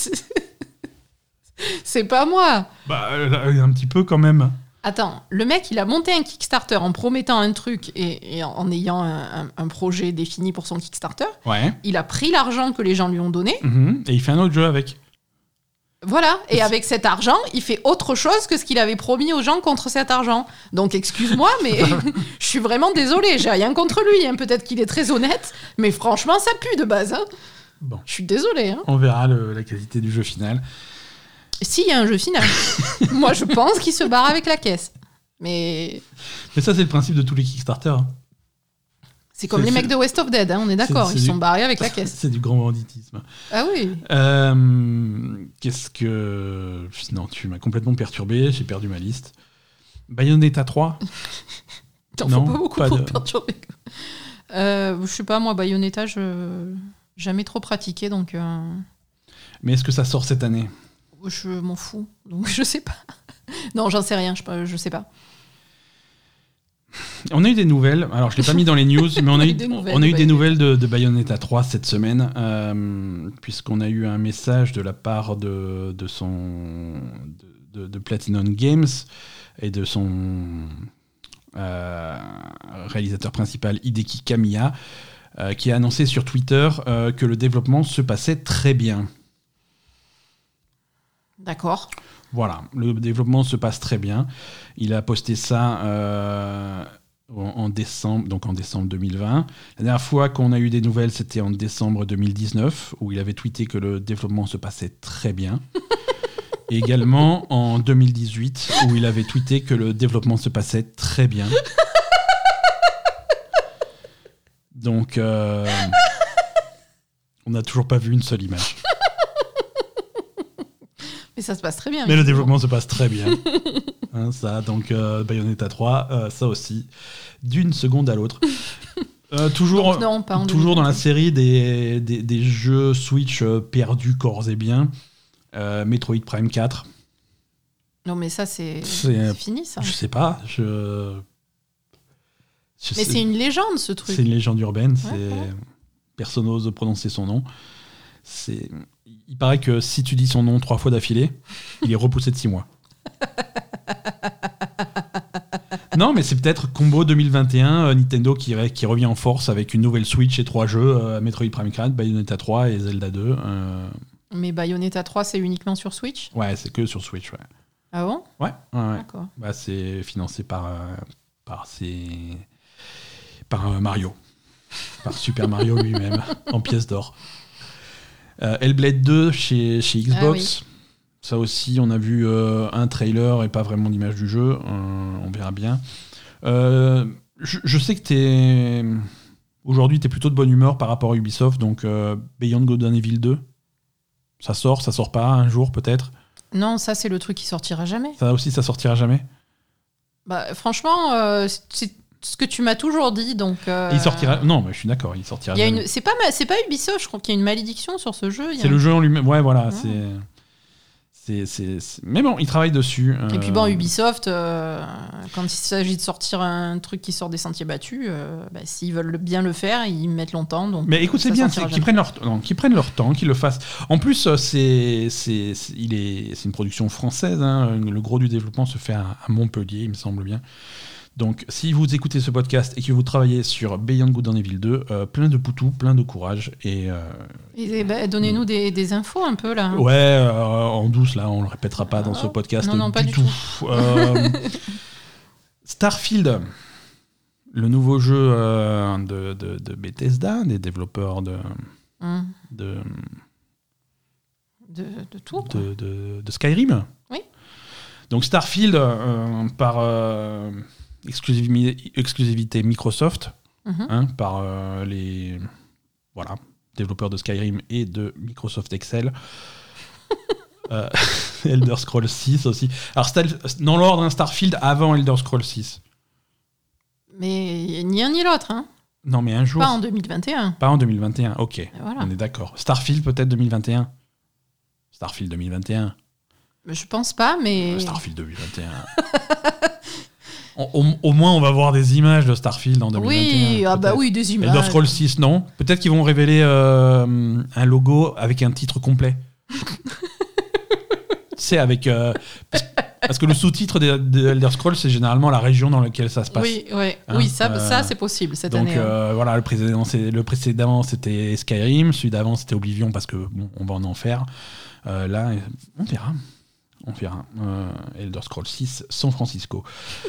C'est pas moi. Un petit peu quand même. Attends, le mec, il a monté un Kickstarter en promettant un truc et en ayant un projet défini pour son Kickstarter. Ouais. Il a pris l'argent que les gens lui ont donné. Et il fait un autre jeu avec. Voilà, et avec cet argent, il fait autre chose que ce qu'il avait promis aux gens contre cet argent. Donc excuse-moi, mais je suis vraiment désolée, j'ai rien contre lui, hein. Peut-être qu'il est très honnête, mais franchement, ça pue de base. Hein. Bon. Je suis désolée. Hein. On verra la qualité du jeu final. S'il y a un jeu final, moi je pense qu'il se barre avec la caisse. Mais ça, c'est le principe de tous les Kickstarter. Hein. C'est comme les mecs de West of Dead, hein, on est d'accord, ils sont barrés avec la caisse. C'est du grand banditisme. Ah oui. Qu'est-ce que... Non, tu m'as complètement perturbé, j'ai perdu ma liste. Bayonetta 3. T'en faut pas beaucoup pour perturber. Je sais pas, moi, Bayonetta, jamais trop pratiqué, donc... Mais est-ce que ça sort cette année ? Je m'en fous, donc je sais pas. Non, j'en sais rien, je sais pas. On a eu des nouvelles, alors je ne l'ai pas mis dans les news, mais on a eu des nouvelles de Bayonetta 3 cette semaine, puisqu'on a eu un message de la part de Platinum Games et de son réalisateur principal Hideki Kamiya, qui a annoncé sur Twitter que le développement se passait très bien. D'accord. Voilà, le développement se passe très bien. Il a posté ça en décembre 2020. La dernière fois qu'on a eu des nouvelles, c'était en décembre 2019, où il avait tweeté que le développement se passait très bien. Et également en 2018, où il avait tweeté que le développement se passait très bien. Donc, on n'a toujours pas vu une seule image. Mais ça se passe très bien. Mais le développement se passe très bien. Ça, donc Bayonetta 3, ça aussi, d'une seconde à l'autre. Toujours dans la série des jeux Switch perdus corps et biens. Metroid Prime 4. Non, mais ça, c'est fini, ça. Je sais pas. Mais c'est une légende, ce truc. C'est une légende urbaine. Personne n'ose prononcer son nom. Il paraît que si tu dis son nom 3 fois d'affilée, il est repoussé de 6 mois. Non, mais c'est peut-être combo 2021, Nintendo qui revient en force avec une nouvelle Switch et 3 jeux, Metroid Prime 4, Bayonetta 3 et Zelda 2. Mais Bayonetta 3, c'est uniquement sur Switch ? Ouais, c'est que sur Switch, ouais. Ah bon ? Ouais. D'accord. Bah, c'est financé par Mario. Par Super Mario lui-même, en pièces d'or. Hellblade 2 chez Xbox. Ah oui. Ça aussi, on a vu un trailer et pas vraiment d'image du jeu. On verra bien. Je sais que aujourd'hui, t'es plutôt de bonne humeur par rapport à Ubisoft. Donc, Beyond Good and Evil 2, ça sort pas un jour peut-être ? Non, ça, c'est le truc qui sortira jamais. Ça aussi, ça sortira jamais ? Bah, franchement, c'est ce que tu m'as toujours dit, donc... Il sortira... Non, mais je suis d'accord, il sortira jamais. C'est pas Ubisoft, je crois qu'il y a une malédiction sur ce jeu. C'est le jeu en lui-même, ouais, voilà, Mais bon, ils travaillent dessus. Et puis bon, Ubisoft, quand il s'agit de sortir un truc qui sort des sentiers battus, s'ils veulent bien le faire, ils mettent longtemps. Donc, mais écoute, c'est bien qu'ils prennent leur temps, qu'ils le fassent. En plus, c'est une production française. Hein. Le gros du développement se fait à Montpellier, il me semble bien. Donc, si vous écoutez ce podcast et que vous travaillez sur Beyond Good and Evil 2, plein de poutous, plein de courage. Et donnez-nous des infos un peu, là. Ouais, en douce, là, on ne le répétera pas dans ce podcast non, pas du tout. Starfield, le nouveau jeu de Bethesda, des développeurs de tout. De Skyrim. Oui. Donc, Starfield, par... exclusivité Microsoft, par les développeurs de Skyrim et de Microsoft Excel. Elder Scrolls 6 aussi. Alors, dans l'ordre, Starfield avant Elder Scrolls 6. Mais ni un ni l'autre. Hein. Non, mais un jour. Pas en 2021. Pas en 2021, ok. Voilà. On est d'accord. Starfield peut-être 2021. Starfield 2021. Je pense pas, mais... Starfield 2021. Au moins, on va voir des images de Starfield en 2021. Oui, des images. Elder Scrolls 6, non. Peut-être qu'ils vont révéler un logo avec un titre complet. C'est avec... parce que le sous-titre de Elder Scrolls, c'est généralement la région dans laquelle ça se passe. Oui, ça c'est possible cette année. Donc voilà, le précédent, c'était Skyrim. Celui d'avant, c'était Oblivion, parce que on va en faire. Là, on verra. Elder Scrolls 6, San Francisco.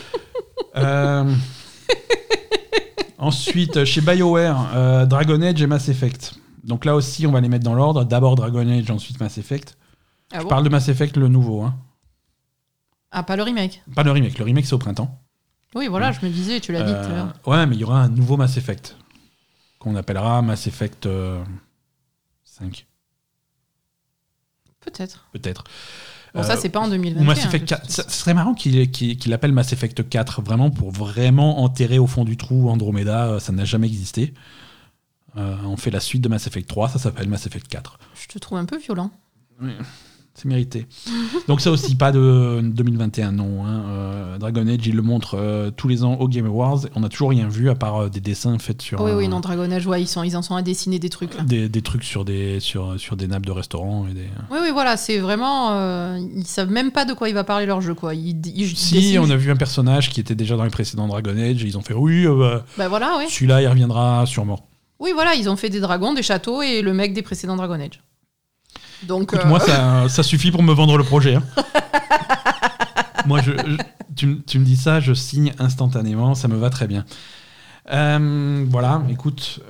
Ensuite, chez BioWare, Dragon Age et Mass Effect. Donc là aussi, on va les mettre dans l'ordre. D'abord Dragon Age, ensuite Mass Effect. Je parle de Mass Effect, le nouveau. Hein. Ah, pas le remake. Pas le remake. Le remake, c'est au printemps. Oui, voilà, je me disais, tu l'as dit tout à l'heure. Ouais, mais il y aura un nouveau Mass Effect qu'on appellera Mass Effect 5. Peut-être. Bon, ça, c'est pas en 2021. Ou Mass Effect 4. Ce serait marrant qu'il appelle Mass Effect 4, vraiment pour vraiment enterrer au fond du trou Andromeda. Ça n'a jamais existé. On fait la suite de Mass Effect 3, ça s'appelle Mass Effect 4. Je te trouve un peu violent. Oui. C'est mérité. Donc ça aussi, pas de 2021, non. Dragon Age, il le montre tous les ans au Game Awards. On n'a toujours rien vu à part des dessins faits sur... Oui, non, Dragon Age, ouais, ils en sont à dessiner des trucs. Là. Des trucs sur des nappes de restaurants. Oui, voilà, c'est vraiment... ils savent même pas de quoi il va parler leur jeu, quoi. On a vu un personnage qui était déjà dans les précédents Dragon Age. Ils ont fait, voilà, oui. Celui-là, il reviendra sûrement. Oui, voilà, ils ont fait des dragons, des châteaux et le mec des précédents Dragon Age. Donc, écoute, moi, ça suffit pour me vendre le projet. Hein. Moi, tu me dis ça, je signe instantanément, ça me va très bien. Voilà, écoute,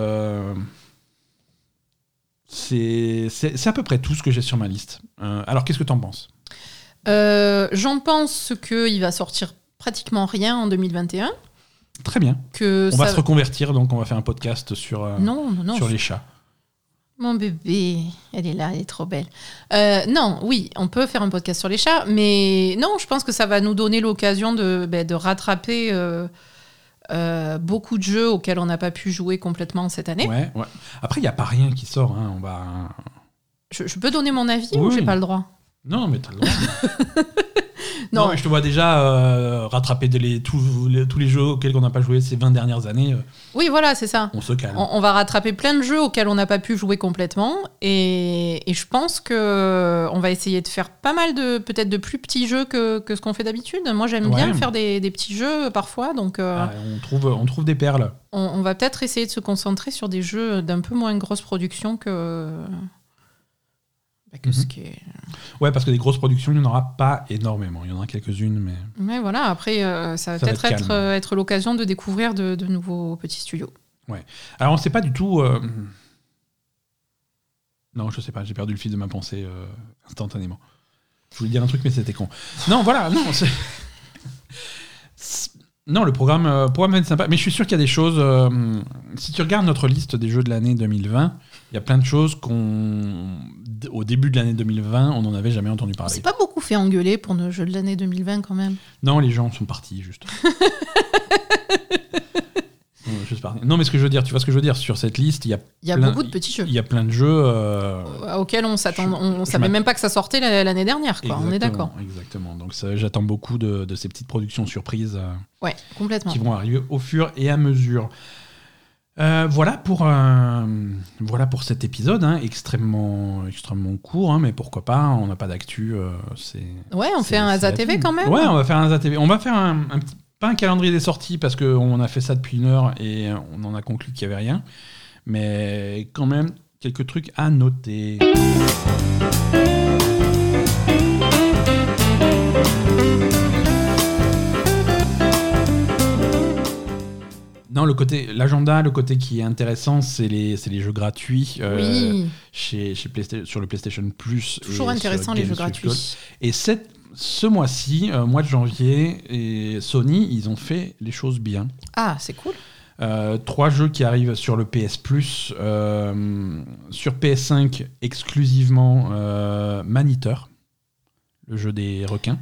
c'est à peu près tout ce que j'ai sur ma liste. Alors, qu'est-ce que tu en penses ? J'en pense qu'il va sortir pratiquement rien en 2021. Très bien. On va se reconvertir, donc on va faire un podcast sur les chats. Mon bébé, elle est là, elle est trop belle. Non, oui, on peut faire un podcast sur les chats, mais non, je pense que ça va nous donner l'occasion de rattraper beaucoup de jeux auxquels on n'a pas pu jouer complètement cette année. Ouais. Après, il n'y a pas rien qui sort. Hein. Je peux donner mon avis ou j'ai pas le droit ? Non, mais t'as le droit. Non, mais je te vois déjà rattraper tous les jeux auxquels on n'a pas joué ces 20 dernières années. Oui, voilà, c'est ça. On se calme. On va rattraper plein de jeux auxquels on n'a pas pu jouer complètement. Et je pense qu'on va essayer de faire pas mal peut-être de plus petits jeux que ce qu'on fait d'habitude. Moi, j'aime bien faire des petits jeux parfois. Donc, on trouve des perles. On va peut-être essayer de se concentrer sur des jeux d'un peu moins grosse production que ce qui est... Ouais, parce que des grosses productions, il n'y en aura pas énormément. Il y en aura quelques-unes, mais... Mais voilà, après, ça va peut-être être l'occasion de découvrir de nouveaux petits studios. Ouais. Alors, on ne sait pas du tout... Non, je ne sais pas, j'ai perdu le fil de ma pensée instantanément. Je voulais dire un truc, mais c'était con. Non, voilà, non, Non, le programme va être sympa, mais je suis sûr qu'il y a des choses... si tu regardes notre liste des jeux de l'année 2020, il y a plein de choses au début de l'année 2020, on n'en avait jamais entendu parler. On s'est pas beaucoup fait engueuler pour nos jeux de l'année 2020 quand même. Non, les gens sont partis, juste. Non, mais ce que je veux dire, tu vois ce que je veux dire, sur cette liste, il y a beaucoup de petits jeux. Il y a plein de jeux auxquels on savait même pas que ça sortait l'année dernière, quoi. On est d'accord. Exactement. Donc j'attends beaucoup de ces petites productions surprises complètement. Qui vont arriver au fur et à mesure. Voilà pour cet épisode, hein, extrêmement court, hein, mais pourquoi pas, on n'a pas d'actu. On fait un Asa TV quand même. Ouais, on va faire un Asa TV. On va faire un petit... Pas un calendrier des sorties, parce qu'on a fait ça depuis 1 heure et on en a conclu qu'il n'y avait rien. Mais quand même, quelques trucs à noter. Non, l'agenda, le côté qui est intéressant, c'est les jeux gratuits sur le PlayStation Plus. Toujours intéressant les jeux gratuits. Et ce mois-ci, mois de janvier, et Sony, ils ont fait les choses bien. Ah, c'est cool. 3 jeux qui arrivent sur le PS Plus, sur PS5 exclusivement Maniteur, le jeu des requins.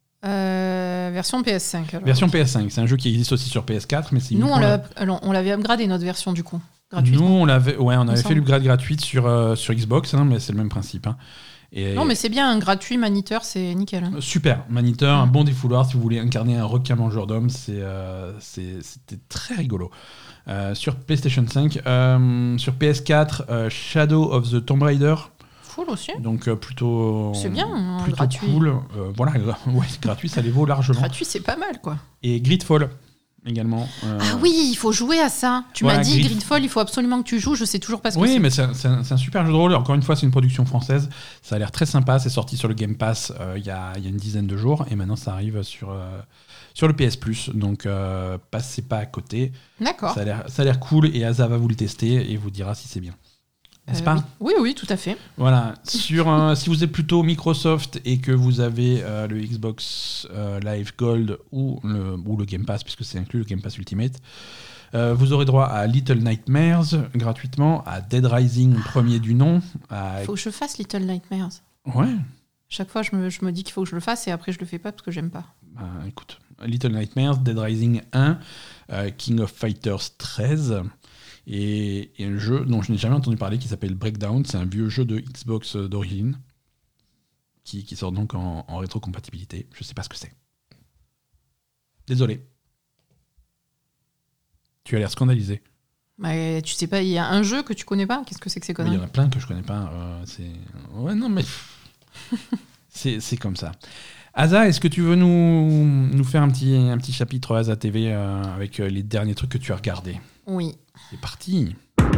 Version PS5. Alors. Version PS5, c'est un jeu qui existe aussi sur PS4, mais c'est nous on l'avait upgradé notre version du coup. Nous on avait fait l'upgrade gratuite sur Xbox, hein, mais c'est le même principe. Hein. Non, mais c'est bien, un gratuit Maniteur, c'est nickel. Hein. Super, Maniteur, un bon défouloir si vous voulez incarner un requin mangeur d'hommes, c'était très rigolo. Sur PlayStation 5, sur PS4, Shadow of the Tomb Raider. Full aussi. Donc plutôt. C'est bien, plutôt gratuit. Cool. Voilà, gratuit, ça les vaut largement. Gratuit, c'est pas mal, quoi. Et Gridfall. Également. Ah oui, il faut jouer à ça. Tu m'as dit Gridfall, il faut absolument que tu joues. Je sais toujours pas ce que c'est. Oui, mais c'est un super jeu de rôle. Encore une fois, c'est une production française. Ça a l'air très sympa. C'est sorti sur le Game Pass il y a une dizaine de jours. Et maintenant, ça arrive sur le PS Plus. Donc, passez pas à côté. D'accord. Ça a l'air cool. Et Asa va vous le tester et vous dira si c'est bien. N'est-ce pas ? Oui, tout à fait. Voilà. Si vous êtes plutôt Microsoft et que vous avez le Xbox Live Gold ou le Game Pass, puisque c'est inclus le Game Pass Ultimate, vous aurez droit à Little Nightmares gratuitement, à Dead Rising, premier du nom. Faut que je fasse Little Nightmares. Ouais. Chaque fois, je me dis qu'il faut que je le fasse et après, je le fais pas parce que j'aime pas. Écoute, Little Nightmares, Dead Rising 1, King of Fighters 13... Et un jeu dont je n'ai jamais entendu parler qui s'appelle Breakdown. C'est un vieux jeu de Xbox d'origine. qui sort donc en rétrocompatibilité. Je sais pas ce que c'est. Désolé. Tu as l'air scandalisé. Mais tu sais pas, il y a un jeu que tu connais pas. Qu'est-ce que c'est que ces conneries ? Il y en a plein que je connais pas. Ouais, non, mais c'est comme ça. Asa, est-ce que tu veux nous faire un petit chapitre Asa TV avec les derniers trucs que tu as regardés ? Oui. C'est parti.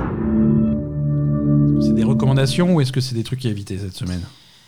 C'est des recommandations ou est-ce que c'est des trucs à éviter cette semaine ?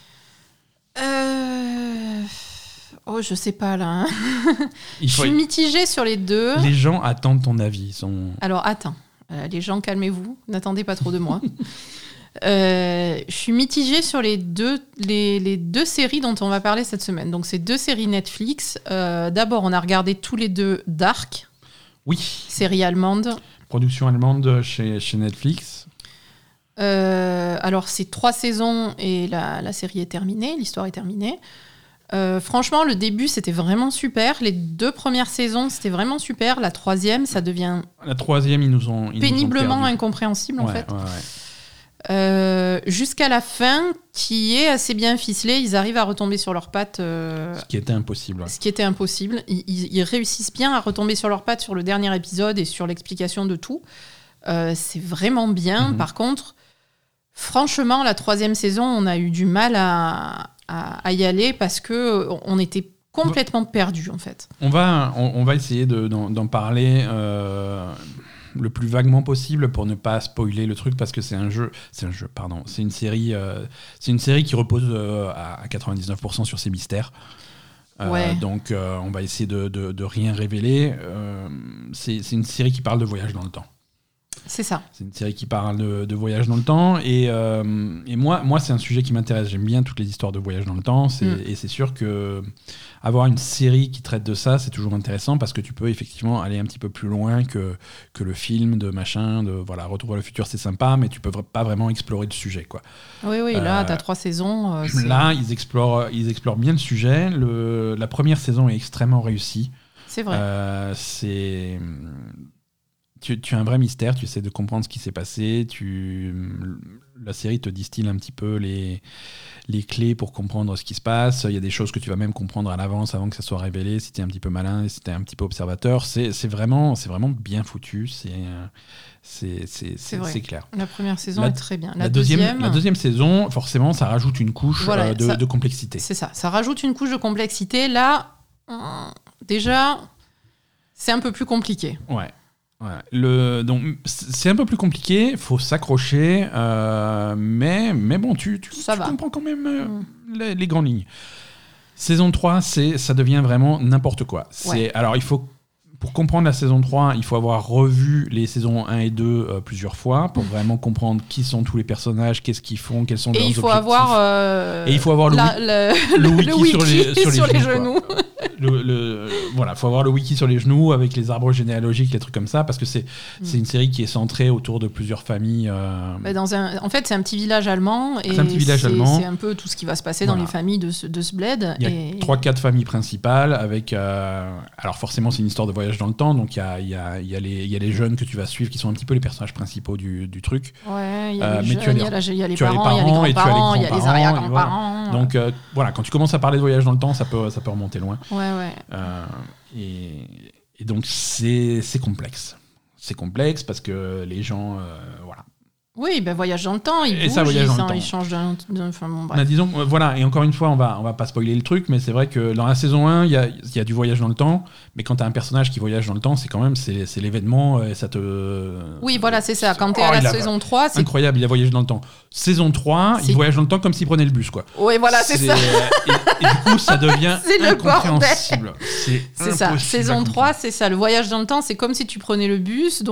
Oh, je sais pas là. Je suis mitigée sur les deux. Les gens attendent ton avis. Alors attends, les gens calmez-vous, n'attendez pas trop de moi. Je suis mitigée sur les deux séries dont on va parler cette semaine. Donc c'est 2 séries Netflix. D'abord, on a regardé tous les deux Dark. Oui. Série allemande. Production allemande chez Netflix. Alors c'est 3 saisons et la série est terminée, l'histoire est terminée. Franchement, le début, c'était vraiment super. Les 2 premières saisons, c'était vraiment super. La 3e, ça devient... La 3e, ils péniblement incompréhensible, en fait. Ouais. Jusqu'à la fin, qui est assez bien ficelée. Ils arrivent à retomber sur leurs pattes. Ce qui était impossible. Ouais. Ce qui était impossible. Ils réussissent bien à retomber sur leurs pattes sur le dernier épisode et sur l'explication de tout. C'est vraiment bien. Par contre, franchement, la 3e saison, on a eu du mal à y aller parce qu'on était complètement perdus, en fait. On va essayer d'en parler le plus vaguement possible pour ne pas spoiler le truc, parce que c'est une série qui repose à 99% sur ses mystères. Ouais. Donc on va essayer de rien révéler. C'est une série qui parle de voyage dans le temps. C'est ça. C'est une série qui parle de voyage dans le temps et moi c'est un sujet qui m'intéresse. J'aime bien toutes les histoires de voyage dans le temps et c'est sûr que avoir une série qui traite de ça, c'est toujours intéressant parce que tu peux effectivement aller un petit peu plus loin que le film de machin, Retour vers le futur, c'est sympa, mais tu peux pas vraiment explorer le sujet, quoi. Oui, là t'as 3 saisons. Là ils explorent bien le sujet. La première saison est extrêmement réussie. C'est vrai. Tu as un vrai mystère, tu essaies de comprendre ce qui s'est passé, la série te distille un petit peu les clés pour comprendre ce qui se passe. Il y a des choses que tu vas même comprendre à l'avance avant que ça soit révélé, si tu es un petit peu malin, si tu es un petit peu observateur. C'est vraiment bien foutu, c'est clair. La première saison est très bien. La deuxième saison, forcément, ça rajoute une couche de complexité. C'est ça rajoute une couche de complexité. Là, déjà, c'est un peu plus compliqué. Ouais. Donc c'est un peu plus compliqué, faut s'accrocher, mais bon, tu comprends quand même les grandes lignes. Saison 3, ça devient vraiment n'importe quoi. Alors pour comprendre la saison 3, il faut avoir revu les saisons 1 et 2 plusieurs fois pour vraiment comprendre qui sont tous les personnages, qu'est-ce qu'ils font, quels sont leurs objectifs. Et il faut avoir le wiki sur les genoux. Voilà, faut avoir le wiki sur les genoux avec les arbres généalogiques, les trucs comme ça, parce que c'est une série qui est centrée autour de plusieurs familles. En fait, c'est un petit village allemand et c'est un peu tout ce qui va se passer dans les familles de ce bled. Il y a 3-4 familles principales avec. Alors forcément, c'est une histoire de voyage dans le temps, donc il y a les jeunes que tu vas suivre qui sont un petit peu les personnages principaux du truc. Ouais, il y a les jeunes, il y a les parents, il y a les grands-parents, il y a les arrière-grands-parents. Donc voilà, quand tu commences à parler de voyage dans le temps, ça peut remonter loin. Ouais. Et donc c'est complexe. C'est complexe parce que les gens, voilà. Oui, voyage dans le temps, ils bougent, ils changent d'un... Enfin, bon, bref. Disons, voilà, et encore une fois, on va pas spoiler le truc, mais c'est vrai que dans la saison 1, il y a du voyage dans le temps, mais quand t'as un personnage qui voyage dans le temps, c'est l'événement, et ça te... Oui, voilà, c'est ça. Quand t'es à la saison 3, c'est... Incroyable, il a voyagé dans le temps. Saison 3, il voyage dans le temps comme s'il prenait le bus, quoi. Oui, voilà, c'est ça. Et du coup, ça devient incompréhensible. C'est ça. Saison 3, c'est ça. Le voyage dans le temps, c'est comme si tu prenais le bus,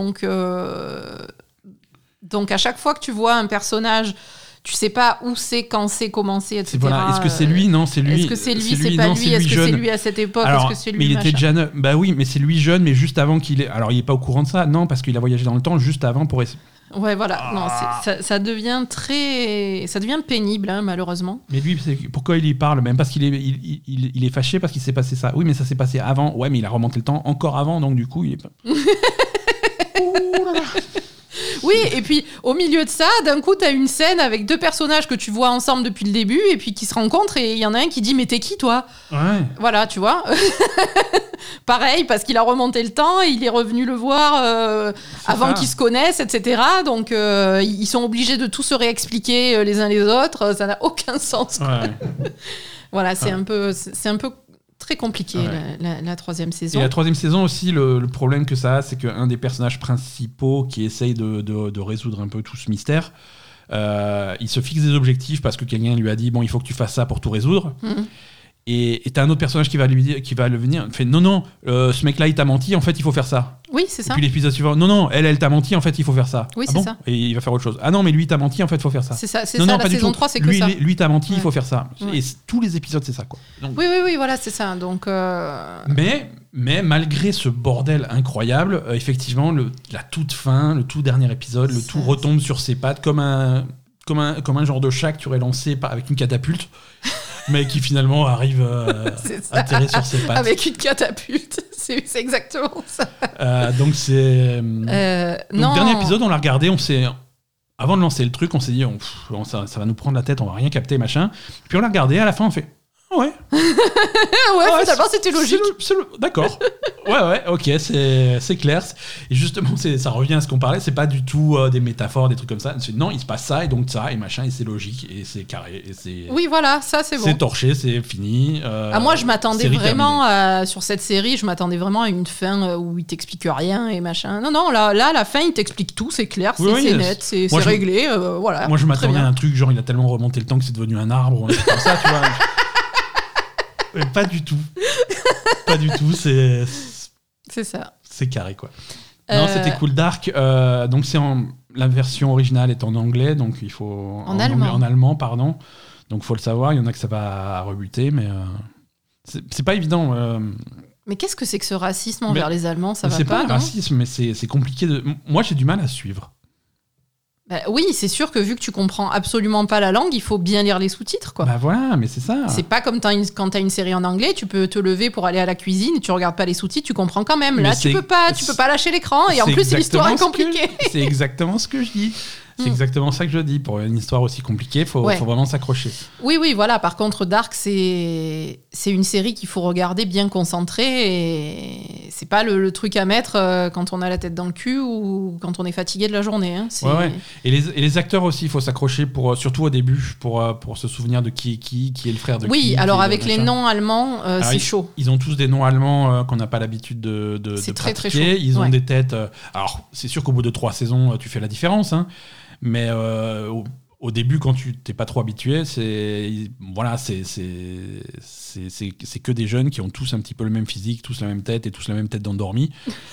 Donc à chaque fois que tu vois un personnage, tu sais pas où c'est, quand c'est, comment c'est, etc. Voilà. Est-ce que c'est lui ? Non, c'est lui. Est-ce que c'est lui ? C'est pas lui. Est-ce que c'est lui à cette époque ? Alors, est-ce que c'est lui ? Mais il était déjà neuf. Bah oui, mais c'est lui jeune, mais juste avant qu'il ait. Alors il est pas au courant de ça, non, parce qu'il a voyagé dans le temps juste avant pour. Ouais, voilà. Non, ça devient pénible, hein, malheureusement. Mais lui, pourquoi il y parle ? Même parce qu'il est fâché parce qu'il s'est passé ça. Oui, mais ça s'est passé avant. Ouais, mais il a remonté le temps encore avant, donc du coup, il est pas. Oui, Oui, et puis au milieu de ça, d'un coup, t'as une scène avec 2 personnages que tu vois ensemble depuis le début et puis qui se rencontrent et il y en a un qui dit mais t'es qui toi ? Ouais. Voilà, tu vois. Pareil, parce qu'il a remonté le temps et il est revenu le voir avant qu'ils se connaissent, etc. Donc ils sont obligés de tout se réexpliquer les uns les autres. Ça n'a aucun sens. Ouais. Voilà, c'est un peu très compliqué la 3e saison. Et la 3e saison aussi, le problème que ça a, c'est qu'un des personnages principaux qui essaye de résoudre un peu tout ce mystère, il se fixe des objectifs parce que quelqu'un lui a dit bon, il faut que tu fasses ça pour tout résoudre. Mm-hmm. Et t'as un autre personnage qui va le venir, fait non, ce mec-là il t'a menti, en fait il faut faire ça. Oui, c'est ça. Et puis l'épisode suivant, non, elle t'a menti, en fait il faut faire ça. Oui, c'est ça. Et il va faire autre chose. Ah non, mais lui t'a menti, en fait il faut faire ça. C'est ça, la saison 3, c'est que ça. Lui t'a menti, il faut faire ça. Et tous les épisodes c'est ça, quoi. Donc, oui, voilà, c'est ça. Donc, Mais malgré ce bordel incroyable, effectivement, la toute fin, le tout dernier épisode, le tout retombe sur ses pattes comme un genre de chat que tu aurais lancé avec une catapulte. Mais qui finalement arrive à atterrir sur ses pattes. Avec une catapulte, c'est exactement ça. Donc c'est... Le dernier épisode, on l'a regardé, avant de lancer le truc, on s'est dit, ça va nous prendre la tête, on va rien capter, machin. Puis on l'a regardé, à la fin on fait... Ouais. Finalement c'était logique. D'accord. Ouais, ok, c'est clair. Et justement, ça revient à ce qu'on parlait, c'est pas du tout des métaphores, des trucs comme ça. Non, il se passe ça, et donc ça, et machin, et c'est logique, et c'est carré. Et c'est... Oui, voilà, ça c'est bon. C'est torché, c'est fini. Moi, je m'attendais vraiment sur cette série, je m'attendais vraiment à une fin où il t'explique rien, et machin. Non, là, la fin, il t'explique tout, c'est clair, c'est net, c'est réglé, voilà. Moi, je m'attendais à un truc, genre, il a tellement remonté le temps que c'est devenu un arbre, on est comme ça, tu vois. Mais pas du tout. Pas du tout, c'est ça. C'est carré, quoi. Non, c'était cool. Dark, donc la version originale est en anglais, donc il faut... En allemand, pardon. Donc il faut le savoir, il y en a que ça va rebuter, mais c'est pas évident. Mais qu'est-ce que c'est que ce racisme envers les Allemands ? Ça va pas, c'est pas un racisme, mais c'est compliqué de... Moi, j'ai du mal à suivre. Oui, c'est sûr que vu que tu comprends absolument pas la langue, il faut bien lire les sous-titres, quoi. Bah voilà, mais c'est ça. C'est pas comme quand t'as une série en anglais, tu peux te lever pour aller à la cuisine et tu regardes pas les sous-titres, tu comprends quand même. Là, tu peux pas lâcher l'écran et en plus l'histoire est compliquée. C'est exactement ce que je dis. C'est exactement ça que je dis. Pour une histoire aussi compliquée, faut vraiment s'accrocher. Oui, voilà. Par contre, Dark, c'est une série qu'il faut regarder bien concentrée et c'est pas le truc à mettre quand on a la tête dans le cul ou quand on est fatigué de la journée. Hein. Ouais. Et les acteurs aussi, il faut s'accrocher surtout au début pour se souvenir de qui est le frère de qui. Oui, alors avec les noms allemands, c'est chaud. Ils ont tous des noms allemands qu'on n'a pas l'habitude de c'est pratiquer. Très, très chaud. Ils ont des têtes... alors, c'est sûr qu'au bout de 3 saisons, tu fais la différence, hein. Mais au début, quand tu t'es pas trop habitué, c'est que des jeunes qui ont tous un petit peu le même physique, tous la même tête et tous la même tête d'endormi.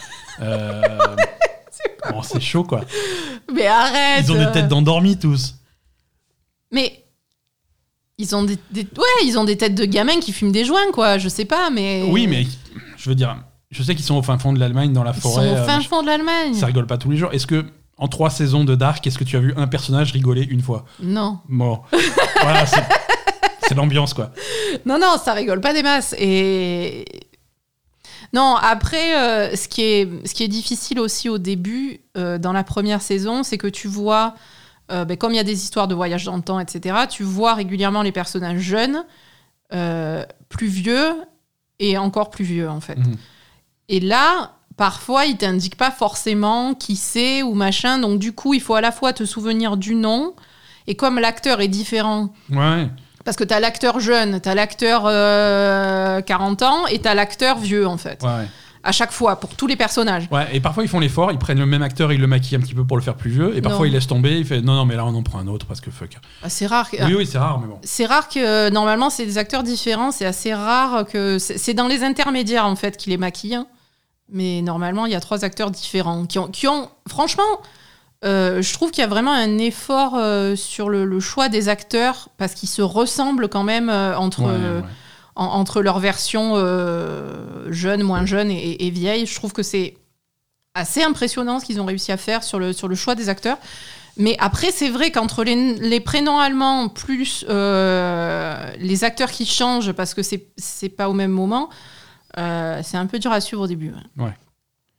C'est chaud, quoi. Mais arrête. Ils ont des têtes d'endormi tous. Mais ils ont ils ont des têtes de gamins qui fument des joints, quoi. Je sais pas, mais. Oui, mais je veux dire, je sais qu'ils sont au fin fond de l'Allemagne, dans la forêt. Ils sont au fin fond de l'Allemagne. Ça rigole pas tous les jours. Est-ce que en 3 saisons de Dark, est-ce que tu as vu un personnage rigoler une fois ? Non. Bon. Voilà, c'est l'ambiance, quoi. Non, ça rigole pas des masses. Et... Non, après, ce qui est difficile aussi au début, dans la première saison, c'est que tu vois, comme il y a des histoires de voyage dans le temps, etc., tu vois régulièrement les personnages jeunes, plus vieux et encore plus vieux, en fait. Mmh. Et là... Parfois, ils t'indiquent pas forcément qui c'est ou machin. Donc, du coup, il faut à la fois te souvenir du nom. Et comme l'acteur est différent... Ouais. Parce que t'as l'acteur jeune, t'as l'acteur 40 ans et t'as l'acteur vieux, en fait. Ouais. À chaque fois, pour tous les personnages. Ouais, et parfois, ils font l'effort. Ils prennent le même acteur, ils le maquillent un petit peu pour le faire plus vieux. Et parfois, ils laissent tomber. Ils font non, mais là, on en prend un autre parce que fuck. C'est rare. Oui, c'est rare, mais bon. C'est rare que, normalement, c'est des acteurs différents. C'est assez rare que... C'est dans les intermédiaires, en fait, qu'ils les maquillent. Mais normalement, il y a 3 acteurs différents qui ont franchement, je trouve qu'il y a vraiment un effort sur le choix des acteurs parce qu'ils se ressemblent quand même entre leurs versions jeunes, moins jeunes et vieilles. Je trouve que c'est assez impressionnant ce qu'ils ont réussi à faire sur le choix des acteurs. Mais après, c'est vrai qu'entre les prénoms allemands plus les acteurs qui changent parce que c'est pas au même moment... c'est un peu dur à suivre au début. Ouais.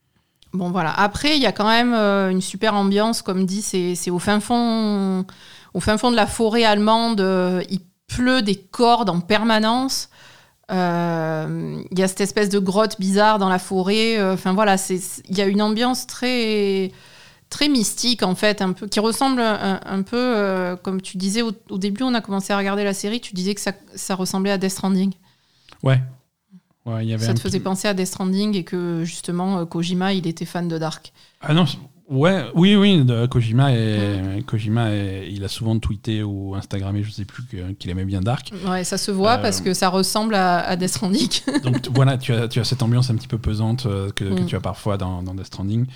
Bon, voilà. Après, il y a quand même une super ambiance, comme dit, c'est au fin fond de la forêt allemande. Il pleut des cordes en permanence. Il y a cette espèce de grotte bizarre dans la forêt. Enfin, voilà, il y a une ambiance très, très mystique, en fait, un peu, qui ressemble un peu, comme tu disais au début, on a commencé à regarder la série, tu disais que ça ressemblait à Death Stranding. Ouais. Y avait ça te faisait penser à Death Stranding et que justement Kojima il était fan de Dark. Ah non, oui, Kojima il a souvent tweeté ou Instagrammé, je sais plus, qu'il aimait bien Dark. Ouais, ça se voit parce que ça ressemble à Death Stranding. Donc voilà, tu as cette ambiance un petit peu pesante que tu as parfois dans Death Stranding.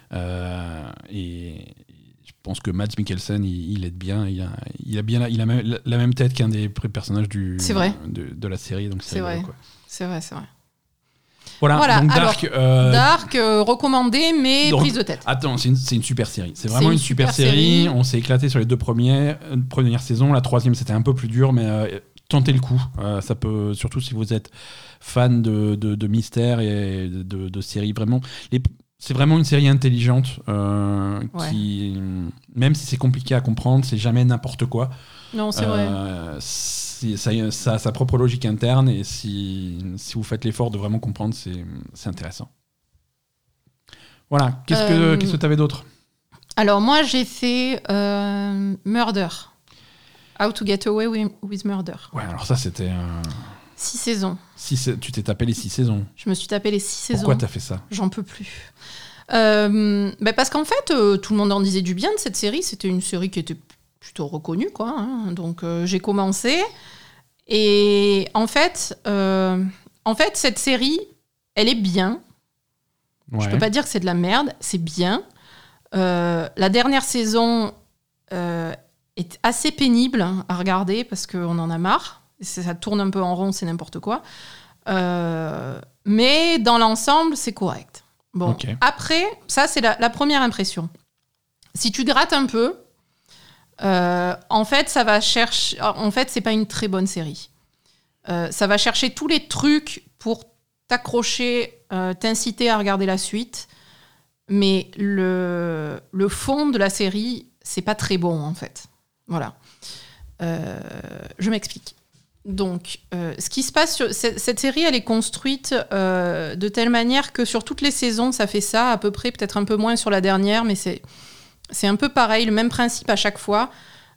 Et je pense que Mads Mikkelsen il aide bien, il a la même tête qu'un des personnages de la série, donc c'est vrai. Quoi. C'est vrai. Voilà, donc Dark. Dark, recommandé, mais prise de tête. Attends, c'est une super série. C'est vraiment une super série. On s'est éclaté sur les 2 premières saisons. La 3e, c'était un peu plus dur, mais tentez le coup. Ça peut, surtout si vous êtes fan de mystère et de séries. Vraiment, c'est vraiment une série intelligente qui, même si c'est compliqué à comprendre, c'est jamais n'importe quoi. Non, c'est vrai. Ça a sa propre logique interne et si vous faites l'effort de vraiment comprendre, c'est intéressant. Voilà. Qu'est-ce que tu avais d'autre ? Alors moi, j'ai fait Murder. How to Get Away with Murder. Ouais, alors ça, c'était... 6 saisons. Tu t'es tapé les 6 saisons. Je me suis tapé les 6 saisons. Pourquoi t'as fait ça ? J'en peux plus. Parce qu'en fait, tout le monde en disait du bien de cette série. C'était une série qui était plutôt reconnue, quoi. Hein. Donc j'ai commencé. Et en fait, cette série, elle est bien. Ouais. Je peux pas dire que c'est de la merde, c'est bien. La dernière saison est assez pénible à regarder parce qu'on en a marre. Ça tourne un peu en rond, c'est n'importe quoi. Mais dans l'ensemble, c'est correct. Bon, okay. Après, ça, c'est la première impression. Si tu grattes un peu, en fait, ça va chercher... En fait, c'est pas une très bonne série. Ça va chercher tous les trucs pour t'accrocher, t'inciter à regarder la suite. Mais le fond de la série, c'est pas très bon, en fait. Voilà. Je m'explique. Donc, ce qui se passe sur cette série, elle est construite de telle manière que sur toutes les saisons, ça fait ça, à peu près, peut-être un peu moins sur la dernière, mais c'est un peu pareil, le même principe à chaque fois.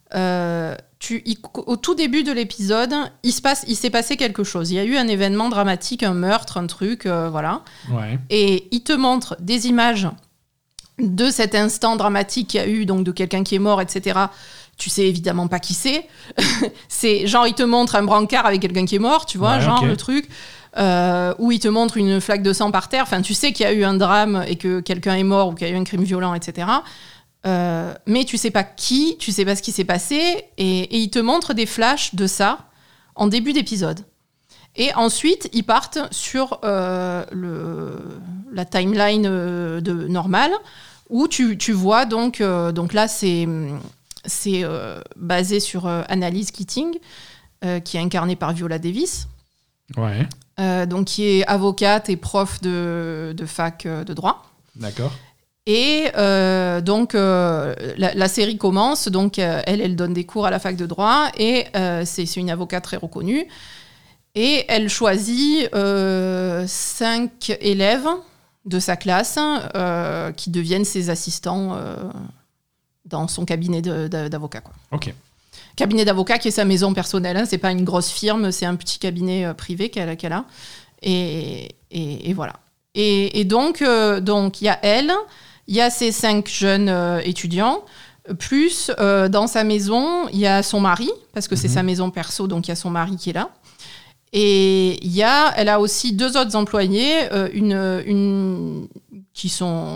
Au tout début de l'épisode, il s'est passé quelque chose. Il y a eu un événement dramatique, un meurtre, un truc, voilà. Ouais. Et il te montre des images de cet instant dramatique qu'il y a eu, donc de quelqu'un qui est mort, etc. Tu sais évidemment pas qui c'est. C'est genre, il te montre un brancard avec quelqu'un qui est mort, tu vois, genre le truc. Ou il te montre une flaque de sang par terre. Enfin, tu sais qu'il y a eu un drame et que quelqu'un est mort ou qu'il y a eu un crime violent, etc. Mais tu sais pas qui, tu sais pas ce qui s'est passé. Et il te montre des flashs de ça en début d'épisode. Et ensuite, ils partent sur la timeline normale où tu vois donc là, c'est basé sur Annalise Keating, qui est incarnée par Viola Davis. Ouais. Donc qui est avocate et prof de fac de droit. D'accord. Et donc la série commence, donc elle donne des cours à la fac de droit et c'est une avocate très reconnue. Et elle choisit 5 élèves de sa classe qui deviennent ses assistants dans son cabinet d'avocat, quoi. Ok. Cabinet d'avocat qui est sa maison personnelle, hein, c'est pas une grosse firme, c'est un petit cabinet privé qu'elle a. Et voilà. Et donc il y a elle, il y a ces 5 jeunes étudiants, plus dans sa maison, il y a son mari, parce que c'est sa maison perso, donc il y a son mari qui est là. Et elle a aussi 2 autres employés, une qui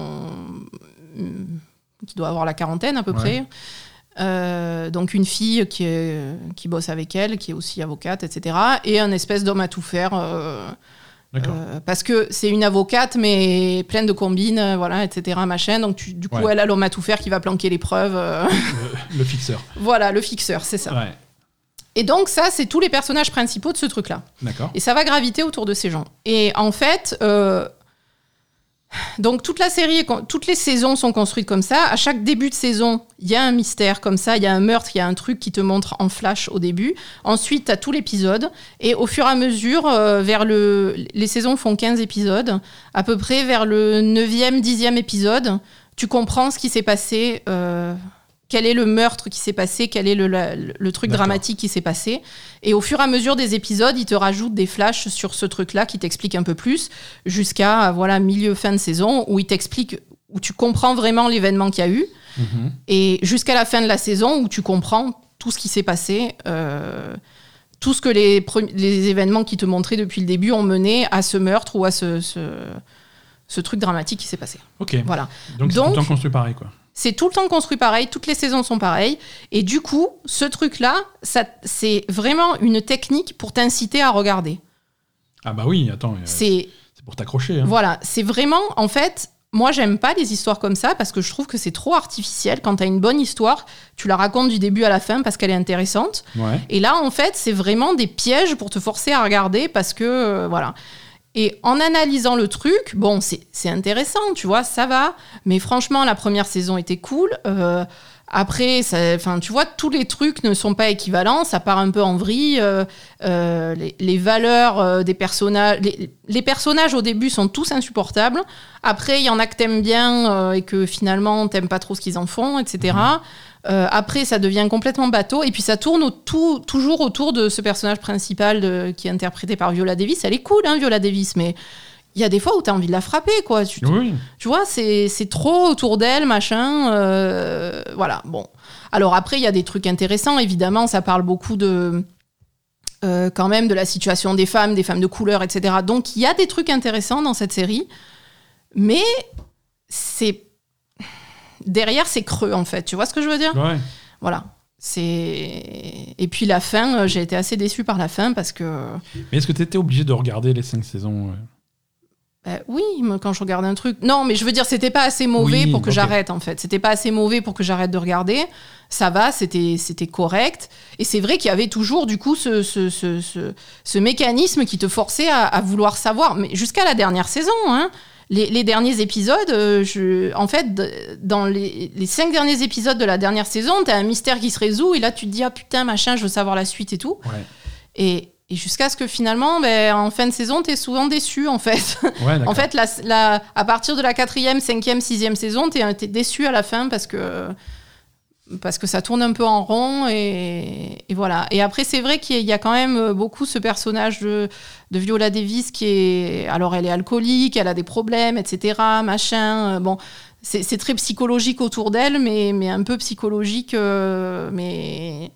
doit avoir la quarantaine à peu près. Donc une fille qui bosse avec elle, qui est aussi avocate, etc. Et un espèce d'homme à tout faire. Parce que c'est une avocate, mais pleine de combines, voilà, etc. Machin. Donc du coup, elle a l'homme à tout faire qui va planquer les preuves. Le fixeur. Voilà, le fixeur, c'est ça. Ouais. Et donc ça, c'est tous les personnages principaux de ce truc-là. D'accord. Et ça va graviter autour de ces gens. Et en fait, Donc toute la série, toutes les saisons sont construites comme ça. À chaque début de saison, il y a un mystère comme ça, il y a un meurtre, il y a un truc qui te montre en flash au début. Ensuite, tu as tout l'épisode. Et au fur et à mesure, les saisons font 15 épisodes. À peu près vers le 9e, 10e épisode, tu comprends ce qui s'est passé, quel est le meurtre qui s'est passé, quel est le truc dramatique qui s'est passé. Et au fur et à mesure des épisodes, ils te rajoutent des flashs sur ce truc-là qui t'expliquent un peu plus, jusqu'à milieu, fin de saison, où ils t'expliquent, où tu comprends vraiment l'événement qu'il y a eu, et jusqu'à la fin de la saison, où tu comprends tout ce qui s'est passé, tout ce que les événements qui te montraient depuis le début ont mené à ce meurtre ou à ce truc dramatique qui s'est passé. Ok. Voilà. Donc c'est tout le temps construit pareil, quoi. C'est tout le temps construit pareil, toutes les saisons sont pareilles. Et du coup, ce truc-là, c'est vraiment une technique pour t'inciter à regarder. Ah bah oui, attends, c'est pour t'accrocher. Hein. Voilà, c'est vraiment, en fait, moi j'aime pas les histoires comme ça parce que je trouve que c'est trop artificiel. Quand t'as une bonne histoire, tu la racontes du début à la fin parce qu'elle est intéressante. Ouais. Et là, en fait, c'est vraiment des pièges pour te forcer à regarder parce que, voilà... Et en analysant le truc, bon, c'est intéressant, tu vois, ça va. Mais franchement, la première saison était cool. Après, tu vois, tous les trucs ne sont pas équivalents. Ça part un peu en vrille. Les valeurs des personnages... Les personnages, au début, sont tous insupportables. Après, il y en a que t'aimes bien et que finalement, t'aimes pas trop ce qu'ils en font, etc. Après, ça devient complètement bateau. Et puis, ça tourne toujours autour de ce personnage principal qui est interprété par Viola Davis. Elle est cool, hein, Viola Davis, mais il y a des fois où tu as envie de la frapper, quoi. Tu vois, c'est trop autour d'elle, machin. Voilà, bon. Alors après, il y a des trucs intéressants. Évidemment, ça parle beaucoup quand même de la situation des femmes de couleur, etc. Donc, il y a des trucs intéressants dans cette série. Mais derrière, c'est creux, en fait. Tu vois ce que je veux dire ? Ouais. Voilà. Et puis la fin, j'ai été assez déçue par la fin parce que... Mais est-ce que tu étais obligé de regarder les 5 saisons Oui, quand je regarde un truc... Non, mais je veux dire, c'était pas assez mauvais pour que j'arrête, en fait. C'était pas assez mauvais pour que j'arrête de regarder. Ça va, c'était correct. Et c'est vrai qu'il y avait toujours, du coup, ce mécanisme qui te forçait à vouloir savoir. Mais jusqu'à la dernière saison, hein. Les derniers épisodes, en fait, dans les 5 derniers épisodes de la dernière saison, t'as un mystère qui se résout et là, tu te dis « Ah putain, machin, je veux savoir la suite et tout. Ouais. » Et jusqu'à ce que finalement, en fin de saison, t'es souvent déçu, en fait. Ouais, en fait, à partir de la 4e, 5e, 6e saison, t'es déçu à la fin parce que ça tourne un peu en rond et voilà. Et après, c'est vrai qu'il y a quand même beaucoup ce personnage de Viola Davis qui est... Alors, elle est alcoolique, elle a des problèmes, etc., machin. Bon, c'est très psychologique autour d'elle, mais un peu psychologique, mais...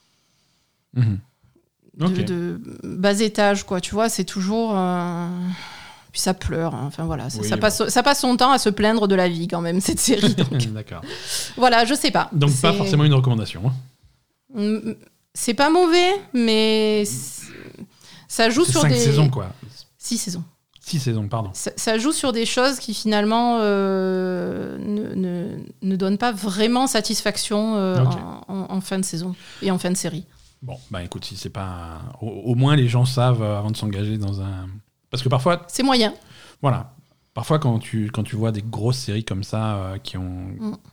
de bas étage, quoi. Tu vois, c'est toujours... Puis ça pleure, hein. Enfin voilà, ça passe son temps à se plaindre de la vie quand même, cette série. Donc. D'accord. Voilà, je sais pas. Donc pas forcément une recommandation. C'est pas mauvais, mais ça joue sur 5 des... 5 saisons, quoi. 6 saisons. 6 saisons, pardon. Ça joue sur des choses qui finalement ne donnent pas vraiment satisfaction en fin de saison et en fin de série. Bon, bah écoute, si c'est pas... Au moins les gens savent avant de s'engager dans un... Parce que parfois... C'est moyen. Voilà. Parfois, quand tu vois des grosses séries comme ça qui ont...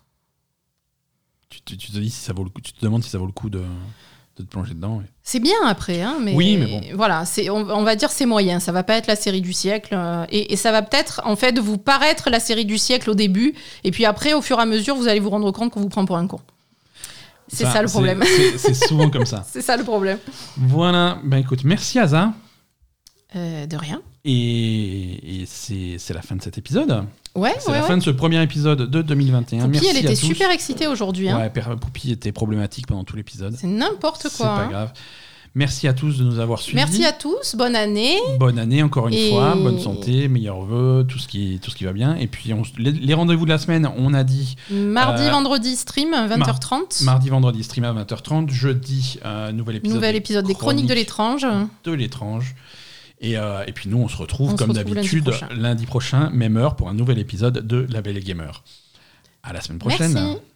Tu te dis si ça vaut le coup, tu te demandes si ça vaut le coup de te plonger dedans. Et... C'est bien après, hein, mais... Oui, mais bon. Voilà, on va dire c'est moyen. Ça va pas être la série du siècle. Et ça va peut-être, en fait, vous paraître la série du siècle au début. Et puis après, au fur et à mesure, vous allez vous rendre compte qu'on vous prend pour un con. C'est ça le problème. C'est souvent comme ça. C'est ça le problème. Voilà. Ben écoute, merci Asa. De rien. Et c'est la fin de cet épisode. Ouais, c'est la fin de ce premier épisode de 2021. Poupie, merci elle était super excitée aujourd'hui. Hein. Ouais, Poupie était problématique pendant tout l'épisode. C'est n'importe quoi. C'est pas grave. Merci à tous de nous avoir suivis. Merci à tous, bonne année. Bonne année encore une fois, bonne santé, meilleurs vœux, tout ce qui va bien. Et puis les rendez-vous de la semaine, on a dit... Mardi, vendredi, stream, 20h30. Mardi, vendredi, stream à 20h30. Jeudi, nouvel épisode des Chroniques de l'étrange. Et puis nous, on se retrouve comme d'habitude lundi prochain, même heure, pour un nouvel épisode de La Belle et Gamer. À la semaine prochaine. Merci.